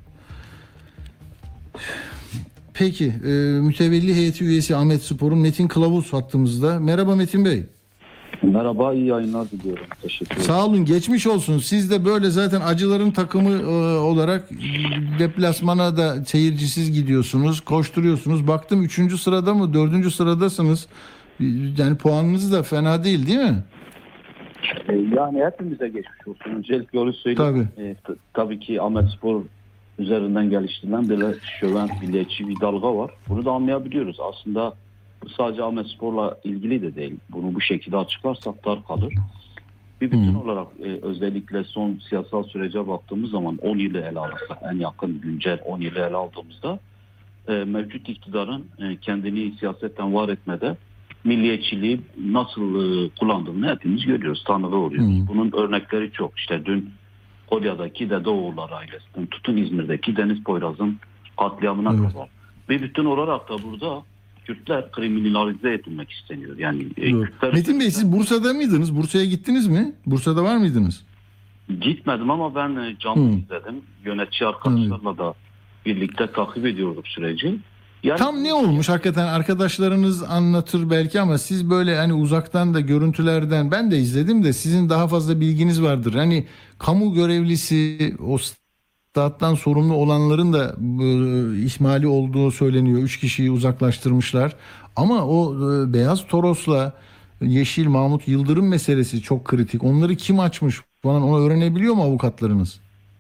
Peki e, mütevelli heyeti üyesi Ahmetspor'un Metin Kılavuz hattımızda. Merhaba Metin Bey. Merhaba, iyi yayınlar diliyorum. Teşekkür ederim. Sağ olun, geçmiş olsun. Siz de böyle zaten acıların takımı e, olarak deplasmana da seyircisiz gidiyorsunuz, koşturuyorsunuz. Baktım üçüncü sırada mı, dördüncü sıradasınız. Yani puanınız da fena değil, değil mi? Yani hepimize geçmiş olsun. Öncelikle onu söyleyeyim. Tabii. E, t- tabii ki Ahmetspor üzerinden geliştirilen böyle şöven, milliyetçi bir dalga var. Bunu da anlayabiliyoruz. Aslında bu sadece Ahmetspor'la ilgili de değil. Bunu bu şekilde açıklarsak dar kalır. Bir bütün hmm. olarak e, özellikle son siyasal sürece baktığımız zaman on yılı ele alırsak, en yakın güncel on yılı ele aldığımızda e, mevcut iktidarın e, kendini siyasetten var etmede milliyetçiliği nasıl e, kullandığını hepimiz görüyoruz, tanığı oluyoruz. Hmm. Bunun örnekleri çok. İşte dün Konya'daki Dedeoğulları ailesinden tutun İzmir'deki Deniz Poyraz'ın katliamına evet. kadar. Bir bütün olarak da burada Kürtler kriminalize edilmek isteniyor. Yani e, Kürtler... Metin Bey siz Bursa'da mıydınız? Bursa'ya gittiniz mi? Bursa'da var mıydınız? Gitmedim ama ben e, canlı hmm. izledim. Yönetici arkadaşlarla hmm. da birlikte takip ediyorduk süreci. Yani, tam ne olmuş hakikaten arkadaşlarınız anlatır belki ama siz böyle hani uzaktan da görüntülerden ben de izledim de sizin daha fazla bilginiz vardır. Hani kamu görevlisi o stat'tan sorumlu olanların da e, ihmali olduğu söyleniyor. Üç kişiyi uzaklaştırmışlar. Ama o e, Beyaz Toros'la Yeşil Mahmut Yıldırım meselesi çok kritik. Onları kim açmış falan onu öğrenebiliyor mu avukatlarınız?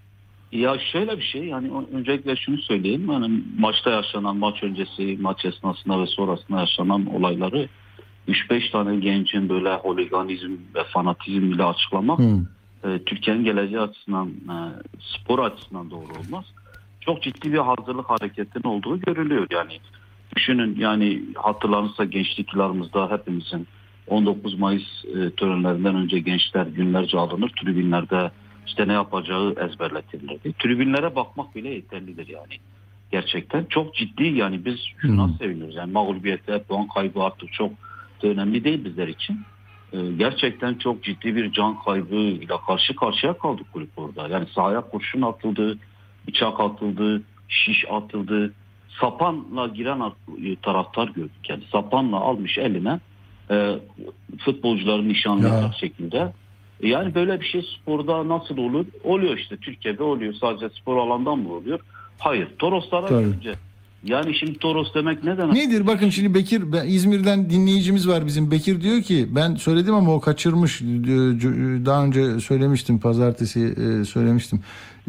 Ya şöyle bir şey yani öncelikle şunu söyleyeyim. Yani maçta yaşanan, maç öncesi, maç esnasında ve sonrasında yaşanan olayları üç beş tane gencin böyle holiganizm ve fanatizm ile açıklamak hmm. e, Türkiye'nin geleceği açısından, e, spor açısından doğru olmaz. Çok ciddi bir hazırlık hareketinin olduğu görülüyor. Yani düşünün yani hatırlanırsa gençlik yıllarımızda hepimizin on dokuz Mayıs e, törenlerinden önce gençler günlerce alınır tribünlerde İşte ne yapacağı ezberletilirdi. Tribünlere bakmak bile yeterlidir yani. Gerçekten çok ciddi yani biz şuna hmm. seviniyoruz. Yani mağlubiyete, puan kaybı artık çok önemli değil bizler için. Ee, gerçekten çok ciddi bir can kaybıyla karşı karşıya kaldık kulüp orada. Yani sahaya kurşun atıldı, bıçak atıldı, şiş atıldı. Sapanla giren taraftar gördük. Yani sapanla almış eline e, futbolcuların nişanlayacak şekilde. Yani böyle bir şey sporda nasıl olur? Oluyor işte Türkiye'de oluyor. Sadece spor alandan mı oluyor? Hayır. Toroslara önce. Yani şimdi Toros demek ne demek? Nedir? Bakın şimdi Bekir, ben, İzmir'den dinleyicimiz var bizim. Bekir diyor ki ben söyledim ama o kaçırmış. Daha önce söylemiştim. Pazartesi söylemiştim.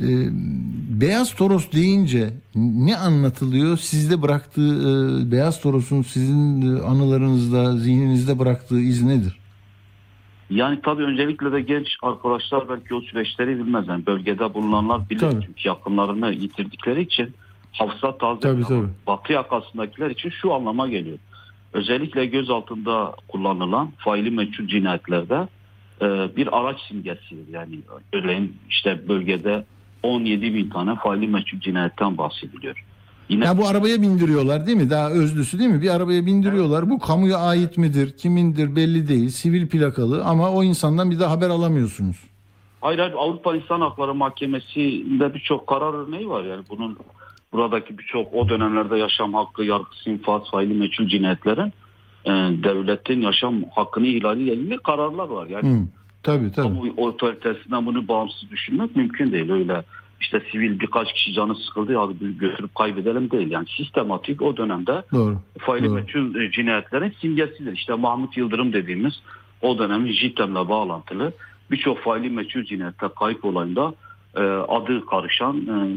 Beyaz Toros deyince ne anlatılıyor? Sizde bıraktığı Beyaz Toros'un sizin anılarınızda, zihninizde bıraktığı iz nedir? Yani tabii öncelikle de genç arkadaşlar belki o süreçleri bilmez. Yani bölgede bulunanlar bilir. Tabii. Çünkü yakınlarını yitirdikleri için hafıza taze. Tabii, tabii. Batı yakasındakiler için şu anlama geliyor. özellikle gözaltında kullanılan faili meçhul cinayetlerde e, bir araç simgesidir. Yani örneğin işte bölgede on yedi bin tane faili meçhul cinayetten bahsediliyor. Yine Ya bu arabaya bindiriyorlar değil mi? Daha özlüsü değil mi? Bir arabaya bindiriyorlar. Evet. Bu kamuya ait midir, kimindir belli değil. Sivil plakalı ama o insandan bir de haber alamıyorsunuz. Hayır, hayır, Avrupa İnsan Hakları Mahkemesi'nde birçok karar örneği var. Yani bunun buradaki birçok o dönemlerde yaşam hakkı, yargısı, infaz, faili meçhul cinayetlerin e, devletin yaşam hakkını ihlaliyle ilgili kararlar var. Yani Hı, tabii tabii. Kamu otoritesinden bunu bağımsız düşünmek mümkün değil. Öyle işte sivil birkaç kişi canı sıkıldı, hadi götürüp kaybedelim değil. Yani sistematik o dönemde doğru, faili doğru. meçhul cinayetlerin simgesidir. İşte Mahmut Yıldırım dediğimiz o dönemin JITEM'le bağlantılı birçok faili meçhul cinayette kayıp olayında e, adı karışan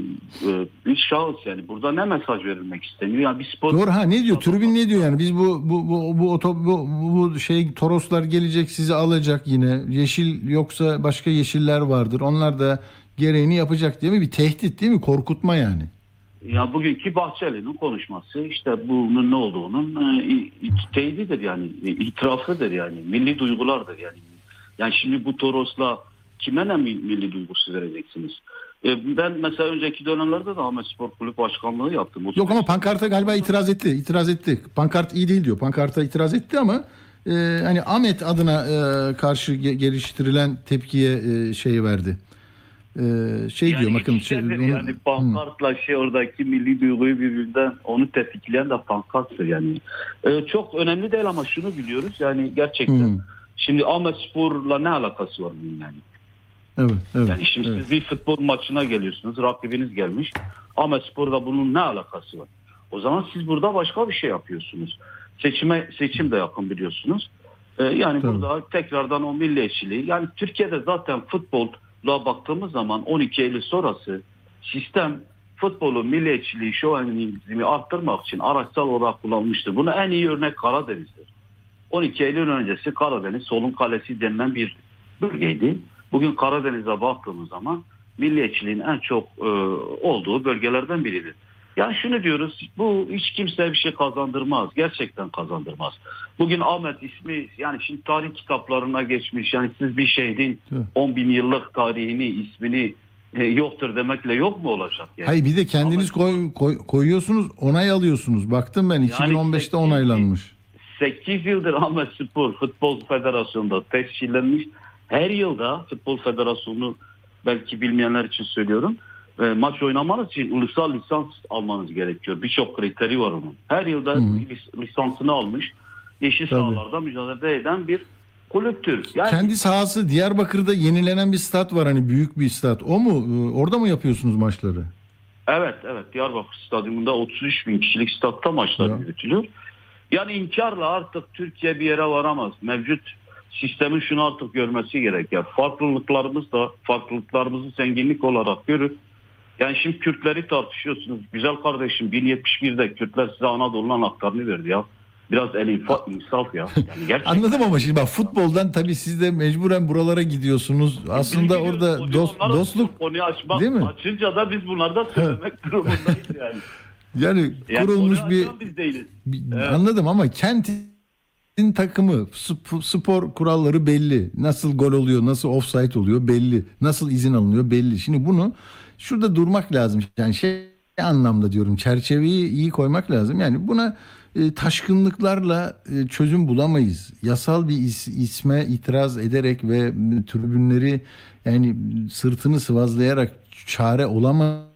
e, e, bir şahıs. Yani burada ne mesaj verilmek isteniyor? Yani bir spor... Doğru, ha ne diyor? Tribün ne diyor yani? Biz bu bu bu bu otop, bu, bu şey Toroslar gelecek sizi alacak yine. Yeşil yoksa başka yeşiller vardır. Onlar da gereğini yapacak diye mi? Bir tehdit değil mi? Korkutma yani. Ya bugünkü Bahçeli'nin konuşması işte bunun ne olduğunun e, teydidir yani, itirafıdır yani, milli duygulardır yani. Yani şimdi bu Toros'la kime ne milli duygusu vereceksiniz? E, ben mesela önceki dönemlerde de Ahmet Spor Kulüp Başkanlığı yaptım. Yok ama pankarta galiba itiraz etti. İtiraz etti. Pankart iyi değil diyor. Pankarta itiraz etti ama e, hani Ahmet adına e, karşı ge- geliştirilen tepkiye e, şey verdi. E, şey yani diyor bakın. Şey, onu, yani pankartla şey oradaki milli duyguyu birbirinden onu tetikleyen de pankarttır yani. E, çok önemli değil ama şunu biliyoruz yani gerçekten. Hmm. Şimdi Ahmet Spor'la ne alakası var bunun yani? Evet, evet. Yani şimdi evet. siz bir futbol maçına geliyorsunuz, rakibiniz gelmiş. Ahmet Spor'la bunun ne alakası var? O zaman siz burada başka bir şey yapıyorsunuz. Seçime seçim de yakın biliyorsunuz. Ee, yani Tabii. burada tekrardan o milliyetçiliği, yani Türkiye'de zaten futbola baktığımız zaman on iki Eylül sonrası sistem futbolun milliyetçiliği, şövenizmi arttırmak için araçsal olarak kullanılmıştır. Buna en iyi örnek Karadeniz'dir. on iki Eylül öncesi Karadeniz solun kalesi denilen bir bölgeydi. Bugün Karadeniz'e baktığımız zaman milliyetçiliğin en çok e, olduğu bölgelerden biridir. Yani şunu diyoruz, bu hiç kimseye bir şey kazandırmaz. Gerçekten kazandırmaz. Bugün Ahmet ismi, yani şimdi tarih kitaplarına geçmiş. Yani siz bir şehrin on bin yıllık tarihini, ismini e, yoktur demekle yok mu olacak? Yani? Hayır, bir de kendiniz koy, koy, koyuyorsunuz, onay alıyorsunuz. Baktım ben iki bin on beşte yani onaylanmış. sekiz yıldır Ahmet Spor Futbol Federasyonu'nda tescillenmiş. Her yılda Futbol Federasyonu, belki bilmeyenler için söylüyorum, e, maç oynamanız için ulusal lisans almanız gerekiyor. Birçok kriteri var onun. Her yılda lis- lisansını almış, yeşil sahalarda mücadele eden bir kulüptür. Yani, kendi sahası Diyarbakır'da yenilenen bir stat var, hani büyük bir stat. O mu? Orada mı yapıyorsunuz maçları? Evet, evet. Diyarbakır Stadyumunda otuz üç bin kişilik statta maçlar yürütülüyor. Yani inkarla artık Türkiye bir yere varamaz. Mevcut sistemin şunu artık görmesi gerekiyor. Farklılıklarımız da farklılıklarımızı zenginlik olarak görüp, yani şimdi Kürtleri tartışıyorsunuz. Güzel kardeşim, bin yetmiş birde Kürtler size Anadolu'nun haklarını verdi ya. Biraz el infak, insaf ya. Yani gerçekten... Anladım ama şimdi bak, futboldan tabii siz de mecburen buralara gidiyorsunuz. Aslında biz orada dost, dostluk konuyu açmak, değil mi? Açınca da biz bunlardan söylemek durumundayız yani. Yani, yani kurulmuş bir, bir evet. Anladım ama kentin takımı, spor kuralları belli. Nasıl gol oluyor, nasıl offside oluyor belli. Nasıl izin alınıyor belli. Şimdi bunu şurada durmak lazım. Yani şey anlamda diyorum, çerçeveyi iyi koymak lazım. Yani buna e, taşkınlıklarla e, çözüm bulamayız. Yasal bir is, isme itiraz ederek ve tribünleri yani sırtını sıvazlayarak çare olamayız.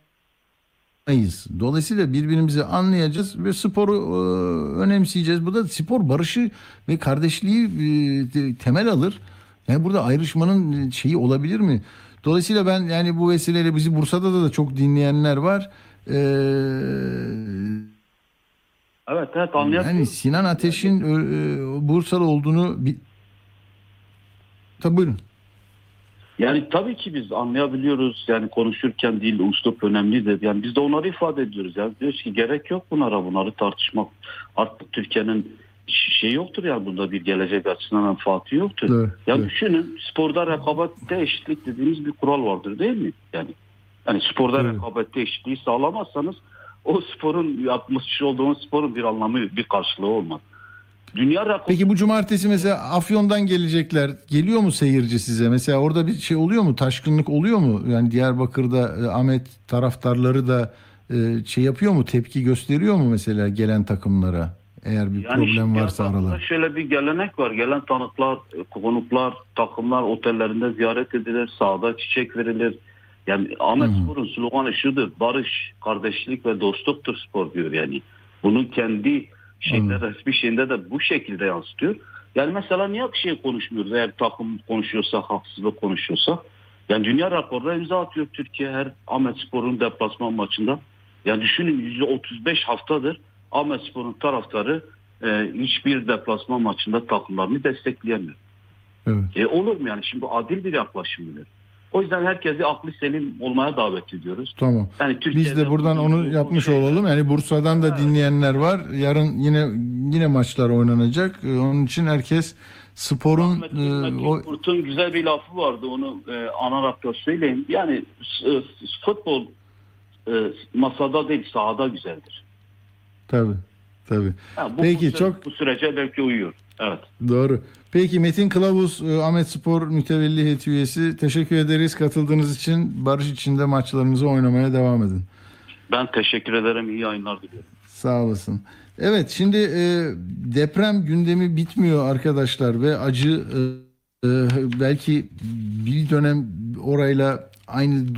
Dolayısıyla birbirimizi anlayacağız ve sporu e, önemseyeceğiz. Bu da spor barışı ve kardeşliği e, temel alır. Yani burada ayrışmanın şeyi olabilir mi? Dolayısıyla ben yani bu vesileyle, bizi Bursa'da da, da çok dinleyenler var. Ee, evet, evet, anlayabiliyorum. Yani Sinan Ateş'in e, Bursalı olduğunu bir... Tabii, buyurun. Yani tabii ki biz anlayabiliyoruz. Yani konuşurken dil, üslup önemlidir. Yani biz de onları ifade ediyoruz. Yani diyoruz ki gerek yok bunlara, bunları tartışmak. Artık Türkiye'nin şey yoktur yani, bunda bir gelecek açısından menfaati yoktur. Evet, yani evet. Düşünün, sporda rekabette eşitlik dediğimiz bir kural vardır değil mi? Yani yani sporda evet. rekabette eşitliği sağlamazsanız o sporun yapmış olduğunuz sporun bir anlamı, bir karşılığı olmaz. Dünya rekoru. Peki bu cumartesi mesela Afyon'dan gelecekler. Geliyor mu seyirci size? Mesela orada bir şey oluyor mu? Taşkınlık oluyor mu? Yani Diyarbakır'da e, Ahmet taraftarları da e, şey yapıyor mu? Tepki gösteriyor mu mesela gelen takımlara? Eğer bir Yani problem varsa Diyarbakır'da aralar. şöyle bir gelenek var. Gelen tanıklar, konuklar, takımlar otellerinde ziyaret edilir. Sahada çiçek verilir. Yani Ahmet Spor'un sloganı şudur: barış, kardeşlik ve dostluktur spor diyor yani. Bunun kendi şeyinde, resmi şeyinde de bu şekilde yansıtıyor. Yani mesela niye bir şey konuşmuyoruz? Eğer takım konuşuyorsa, haksızlık konuşuyorsa. Yani dünya raporuna imza atıyor Türkiye her Ahmet Spor'un deplasman maçında. Yani düşünün, yüzde otuz beş haftadır Ahmet Spor'un taraftarı e, hiçbir deplasman maçında takımlarını destekleyemiyor. Evet. E, olur mu yani? Şimdi adil bir yaklaşım bilir. O yüzden herkesi aklı selim olmaya davet ediyoruz. Tamam. Yani Biz de buradan onu yapmış olalım. Yani Bursa'dan da dinleyenler var. Yarın yine yine maçlar oynanacak. Ee, Onun için herkes sporun Ahmet e, o Kurt'un güzel bir lafı vardı. Onu e, anarakta söyleyeyim. Yani e, futbol e, masada değil sahada güzeldir. tabii tabii. Yani bu, Peki bu, çok bu sürece belki uyuyor. Evet. doğru. Peki Metin Kılavuz, e, Ahmet Spor mütevelli heyeti üyesi. Teşekkür ederiz katıldığınız için. Barış içinde maçlarınızı oynamaya devam edin. Ben teşekkür ederim. İyi yayınlar diliyorum. Sağ olasın. Evet, şimdi e, deprem gündemi bitmiyor arkadaşlar ve acı e, e, belki bir dönem orayla aynı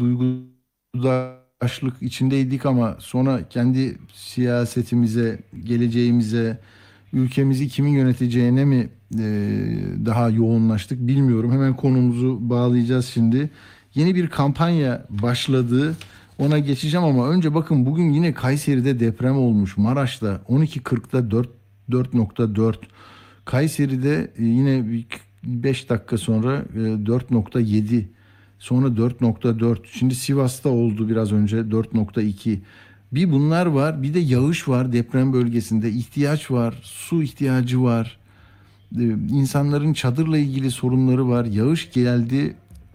duygudaşlık içindeydik ama sonra kendi siyasetimize, geleceğimize, ülkemizi kimin yöneteceğine mi e, daha yoğunlaştık bilmiyorum. Hemen konumuzu bağlayacağız şimdi. Yeni bir kampanya başladı. Ona geçeceğim ama önce bakın bugün yine Kayseri'de deprem olmuş. Maraş'ta on iki kırkta dört nokta dört. Kayseri'de yine beş dakika sonra dört nokta yedi. Sonra dört nokta dört. Şimdi Sivas'ta oldu biraz önce dört nokta iki. Bir bunlar var, bir de yağış var deprem bölgesinde. İhtiyaç var, su ihtiyacı var. İnsanların çadırla ilgili sorunları var. Yağış geldi.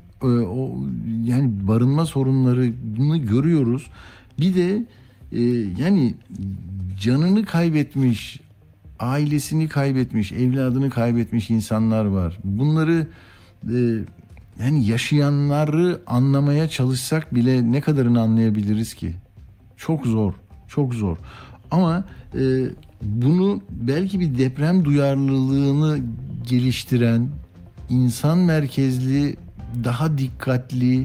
O yani barınma sorunları, bunu görüyoruz. Bir de e, yani canını kaybetmiş, ailesini kaybetmiş, evladını kaybetmiş insanlar var. Bunları e, yani yaşayanları anlamaya çalışsak bile ne kadarını anlayabiliriz ki? Çok zor, çok zor. Ama e, bunu belki bir deprem duyarlılığını geliştiren, insan merkezli, daha dikkatli,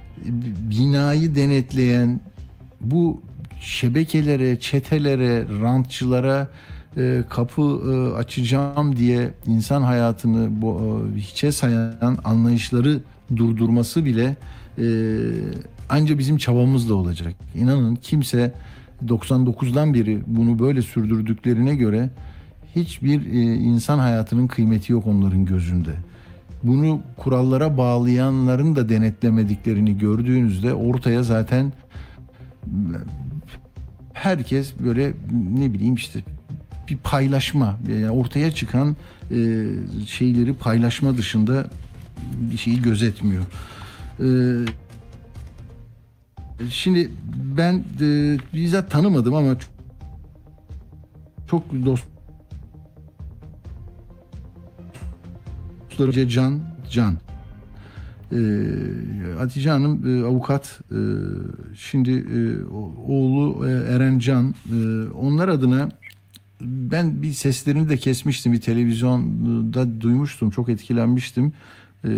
binayı denetleyen, bu şebekelere, çetelere, rantçılara e, kapı e, açacağım diye insan hayatını bu, e, hiçe sayan anlayışları durdurması bile e, anca bizim çabamızla olacak. İnanın kimse doksan dokuzdan beri bunu böyle sürdürdüklerine göre hiçbir e, insan hayatının kıymeti yok onların gözünde. Bunu kurallara bağlayanların da denetlemediklerini gördüğünüzde ortaya zaten herkes böyle ne bileyim işte bir paylaşma, yani ortaya çıkan e, şeyleri paylaşma dışında bir şeyi gözetmiyor. E, şimdi ben e, bizzat tanımadım ama çok, çok dost Can Can ee, Hatice Hanım e, avukat, e, şimdi e, oğlu e, Eren Can, e, onlar adına ben bir seslerini de kesmiştim, bir televizyonda duymuştum, çok etkilenmiştim. E,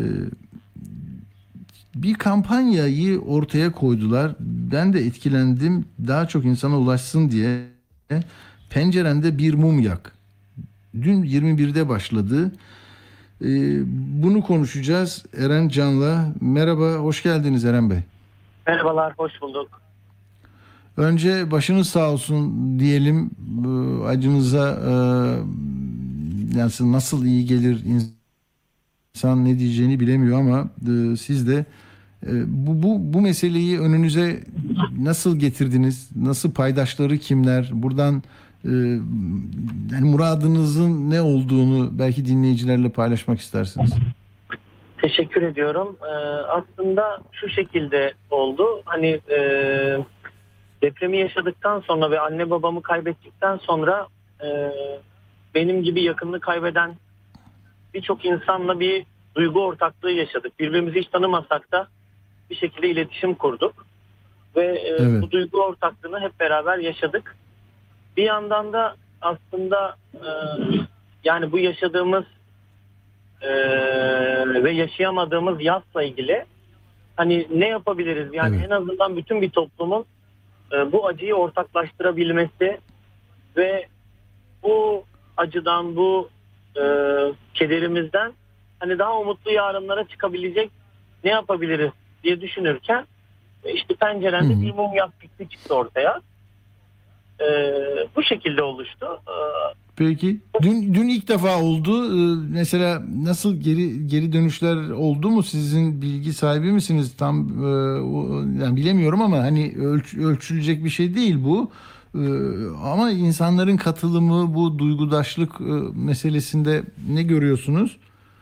bir kampanyayı ortaya koydular, ben de etkilendim, daha çok insana ulaşsın diye. Pencerende bir mum yak, dün yirmi birde başladı. Ee, bunu konuşacağız Eren Can'la. Merhaba, hoş geldiniz Eren Bey. Merhabalar, hoş bulduk. Önce başınız sağ olsun diyelim. Ee, acınıza e, yani nasıl iyi gelir, insan ne diyeceğini bilemiyor ama e, siz de e, bu, bu, bu meseleyi önünüze nasıl getirdiniz? Nasıl, paydaşları kimler? Buradan Ee, yani muradınızın ne olduğunu belki dinleyicilerle paylaşmak istersiniz. Teşekkür ediyorum. Ee, aslında şu şekilde oldu. Hani e, depremi yaşadıktan sonra ve anne babamı kaybettikten sonra e, benim gibi yakınını kaybeden birçok insanla bir duygu ortaklığı yaşadık. Birbirimizi hiç tanımasak da bir şekilde iletişim kurduk. Ve e, Evet. bu duygu ortaklığını hep beraber yaşadık. Bir yandan da aslında e, yani bu yaşadığımız e, ve yaşayamadığımız yasla ilgili hani ne yapabiliriz? Yani Evet. en azından bütün bir toplumun e, bu acıyı ortaklaştırabilmesi ve bu acıdan, bu e, kederimizden hani daha umutlu yarınlara çıkabilecek ne yapabiliriz diye düşünürken e, işte pencerende Hı hı. bir mum yak fikri çıktı ortaya. E, bu şekilde oluştu. E, Peki dün dün ilk defa oldu. Ee, Mesela nasıl geri geri dönüşler oldu mu? Sizin bilgi sahibi misiniz? Tam e, o- yani bilemiyorum ama hani ölç- ölçülecek bir şey değil bu. Ee, Ama insanların katılımı bu duygudaşlık e, meselesinde ne görüyorsunuz?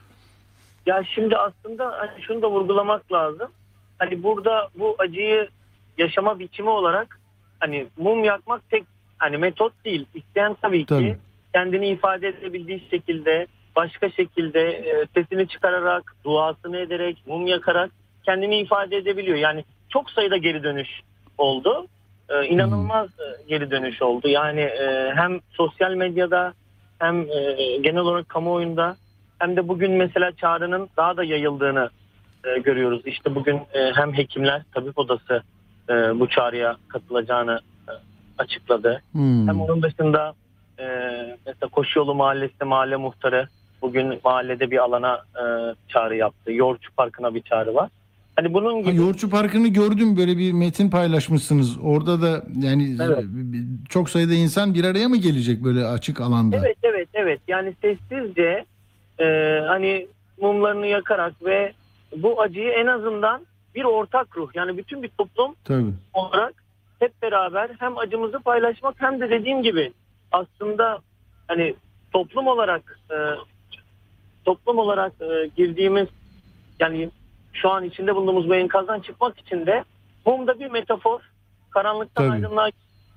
Ya şimdi aslında hani şunu da vurgulamak lazım. Hani burada bu acıyı yaşama biçimi olarak hani mum yakmak tek hani metot değil. İsteyen tabii ki Tabii. kendini ifade edebildiği şekilde, başka şekilde e, sesini çıkararak, duasını ederek, mum yakarak kendini ifade edebiliyor. Yani çok sayıda geri dönüş oldu. E, inanılmaz e, geri dönüş oldu. Yani e, hem sosyal medyada hem e, genel olarak kamuoyunda hem de bugün mesela çağrının daha da yayıldığını e, görüyoruz. İşte bugün e, hem hekimler, tabip odası e, bu çağrıya katılacağını e, açıkladı. Hmm. Hem onun dışında e, mesela Koşuyolu Mahallesi mahalle muhtarı bugün mahallede bir alana e, çağrı yaptı. Yoğurtçu Parkı'na bir çağrı var. Hani bunun Ha, gibi Yoğurtçu Parkı'nı gördüm, böyle bir metin paylaşmışsınız. Orada da yani Evet. çok sayıda insan bir araya mı gelecek böyle açık alanda? Evet evet evet yani sessizce e, hani mumlarını yakarak ve bu acıyı en azından bir ortak ruh yani bütün bir toplum Tabii. olarak hep beraber hem acımızı paylaşmak hem de dediğim gibi aslında hani toplum olarak e, toplum olarak e, girdiğimiz yani şu an içinde bulunduğumuz bu enkazdan çıkmak için de mum da bir metafor. Karanlıktan Tabii. aydınlığa,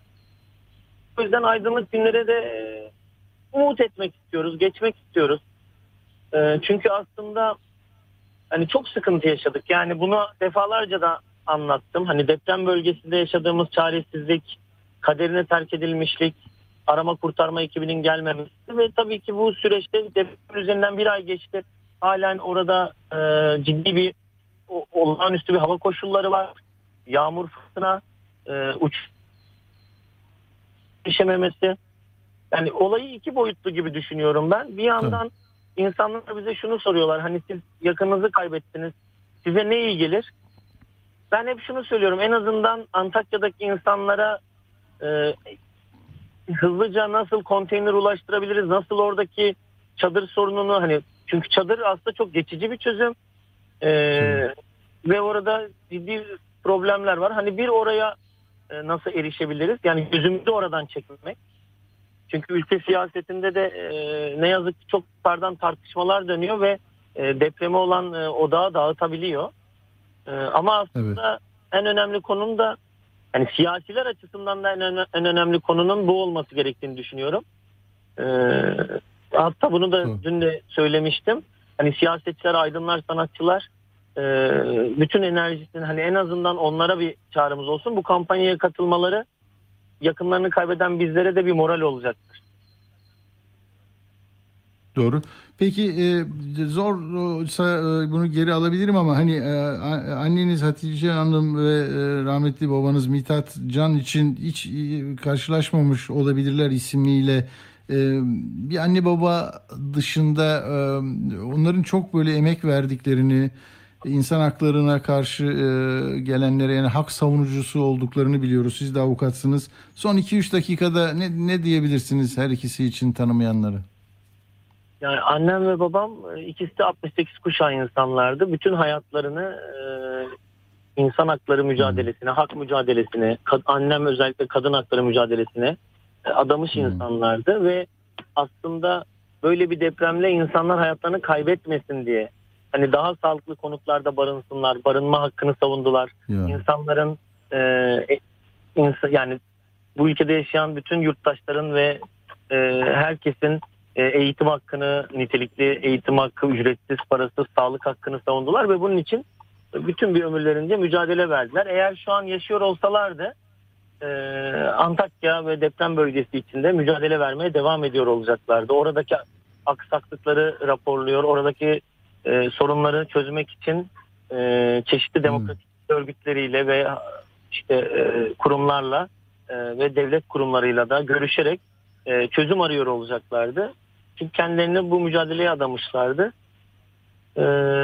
o yüzden aydınlık günlere de e, umut etmek istiyoruz, geçmek istiyoruz. E, çünkü aslında hani çok sıkıntı yaşadık. Yani bunu defalarca da anlattım. Hani deprem bölgesinde yaşadığımız çaresizlik, kaderine terk edilmişlik, arama kurtarma ekibinin gelmemesi ve tabii ki bu süreçte deprem üzerinden bir ay geçti. Halen orada e, ciddi bir o- olağanüstü bir hava koşulları var. Yağmur, fırtına, e, uç düşememesi. Yani olayı iki boyutlu gibi düşünüyorum ben. Bir yandan insanlar bize şunu soruyorlar. Hani siz yakınınızı kaybettiniz. Size ne iyi gelir? Ben hep şunu söylüyorum. En azından Antakya'daki insanlara e, hızlıca nasıl konteyner ulaştırabiliriz? Nasıl oradaki çadır sorununu hani çünkü çadır aslında çok geçici bir çözüm. E, ve orada ciddi problemler var. Hani bir oraya e, nasıl erişebiliriz? Yani gözümüzü oradan çekmek. Çünkü ülke siyasetinde de e, ne yazık ki çok yukarıdan tartışmalar dönüyor ve e, depreme olan e, odağı dağıtabiliyor. E, ama aslında en önemli konunun da yani siyasiler açısından da en, öne- en önemli konunun bu olması gerektiğini düşünüyorum. E, hatta bunu da Hı. dün de söylemiştim. Hani siyasetçiler, aydınlar, sanatçılar e, bütün enerjisini hani en azından onlara bir çağrımız olsun. Bu kampanyaya katılmaları yakınlarını kaybeden bizlere de bir moral olacaktır. Doğru. Peki e, zorsa e, bunu geri alabilirim ama hani e, a- anneniz Hatice Hanım ve e, rahmetli babanız Mithat Can için hiç e, karşılaşmamış olabilirler ismiyle. E, bir anne baba dışında e, onların çok böyle emek verdiklerini, insan haklarına karşı e, gelenlere yani hak savunucusu olduklarını biliyoruz. Siz de avukatsınız. Son iki üç dakikada ne, ne diyebilirsiniz her ikisi için tanımayanlara? Yani annem ve babam e, ikisi de altmış sekiz kuşağı insanlardı. Bütün hayatlarını e, insan hakları mücadelesine, hak mücadelesine, kad- annem özellikle kadın hakları mücadelesine e, adamış Hmm. insanlardı ve aslında böyle bir depremle insanlar hayatlarını kaybetmesin diye hani daha sağlıklı konutlarda barınsınlar, barınma hakkını savundular. Ya. İnsanların e, e, insa- yani bu ülkede yaşayan bütün yurttaşların ve e, herkesin e, eğitim hakkını, nitelikli eğitim hakkı, ücretsiz, parasız sağlık hakkını savundular ve bunun için bütün bir ömürlerince mücadele verdiler. Eğer şu an yaşıyor olsalardı e, Antakya ve deprem bölgesi içinde mücadele vermeye devam ediyor olacaklardı. Oradaki aksaklıkları raporluyor, oradaki e, sorunları çözmek için e, çeşitli demokratik hmm. örgütleriyle ve işte e, kurumlarla e, ve devlet kurumlarıyla da görüşerek e, çözüm arıyor olacaklardı. Çünkü kendilerini bu mücadeleye adamışlardı. E,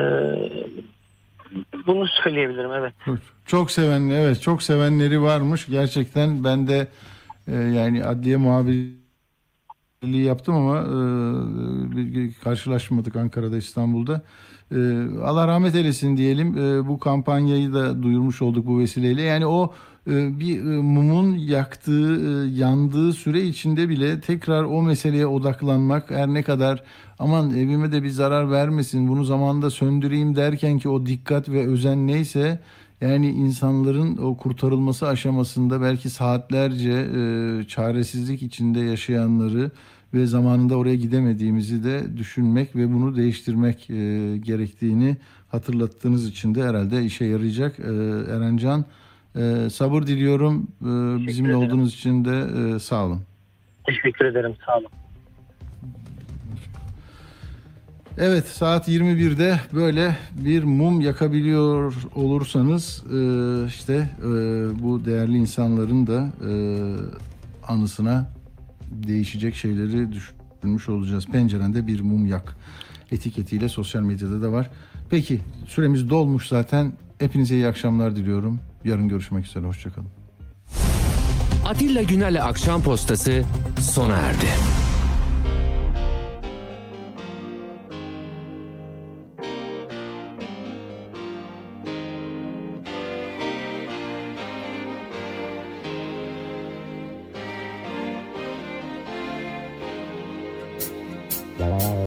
bunu söyleyebilirim, evet. Çok seven, evet, çok sevenleri varmış. Gerçekten ben de e, yani adliye muhabirliği yaptım ama e, karşılaşmadık Ankara'da, İstanbul'da. E, Allah rahmet eylesin diyelim. E, bu kampanyayı da duyurmuş olduk bu vesileyle. Yani o e, bir e, mumun yaktığı, e, yandığı süre içinde bile tekrar o meseleye odaklanmak, her ne kadar aman evime de bir zarar vermesin, bunu zamanında söndüreyim derken ki o dikkat ve özen neyse, yani insanların o kurtarılması aşamasında belki saatlerce e, çaresizlik içinde yaşayanları ve zamanında oraya gidemediğimizi de düşünmek ve bunu değiştirmek e, gerektiğini hatırlattığınız için de herhalde işe yarayacak. E, Erencan, e, sabır diliyorum. E, bizimle ederim. olduğunuz için de e, sağ olun. Teşekkür ederim, sağ olun. Evet, saat yirmi birde böyle bir mum yakabiliyor olursanız e, işte e, bu değerli insanların da e, anısına değişecek şeyleri düşünmüş olacağız. Pencerende bir mum yak etiketiyle sosyal medyada da var. Peki, süremiz dolmuş zaten. Hepinize iyi akşamlar diliyorum. Yarın görüşmek üzere, hoşçakalın. Atilla Güner'le Akşam Postası sona erdi.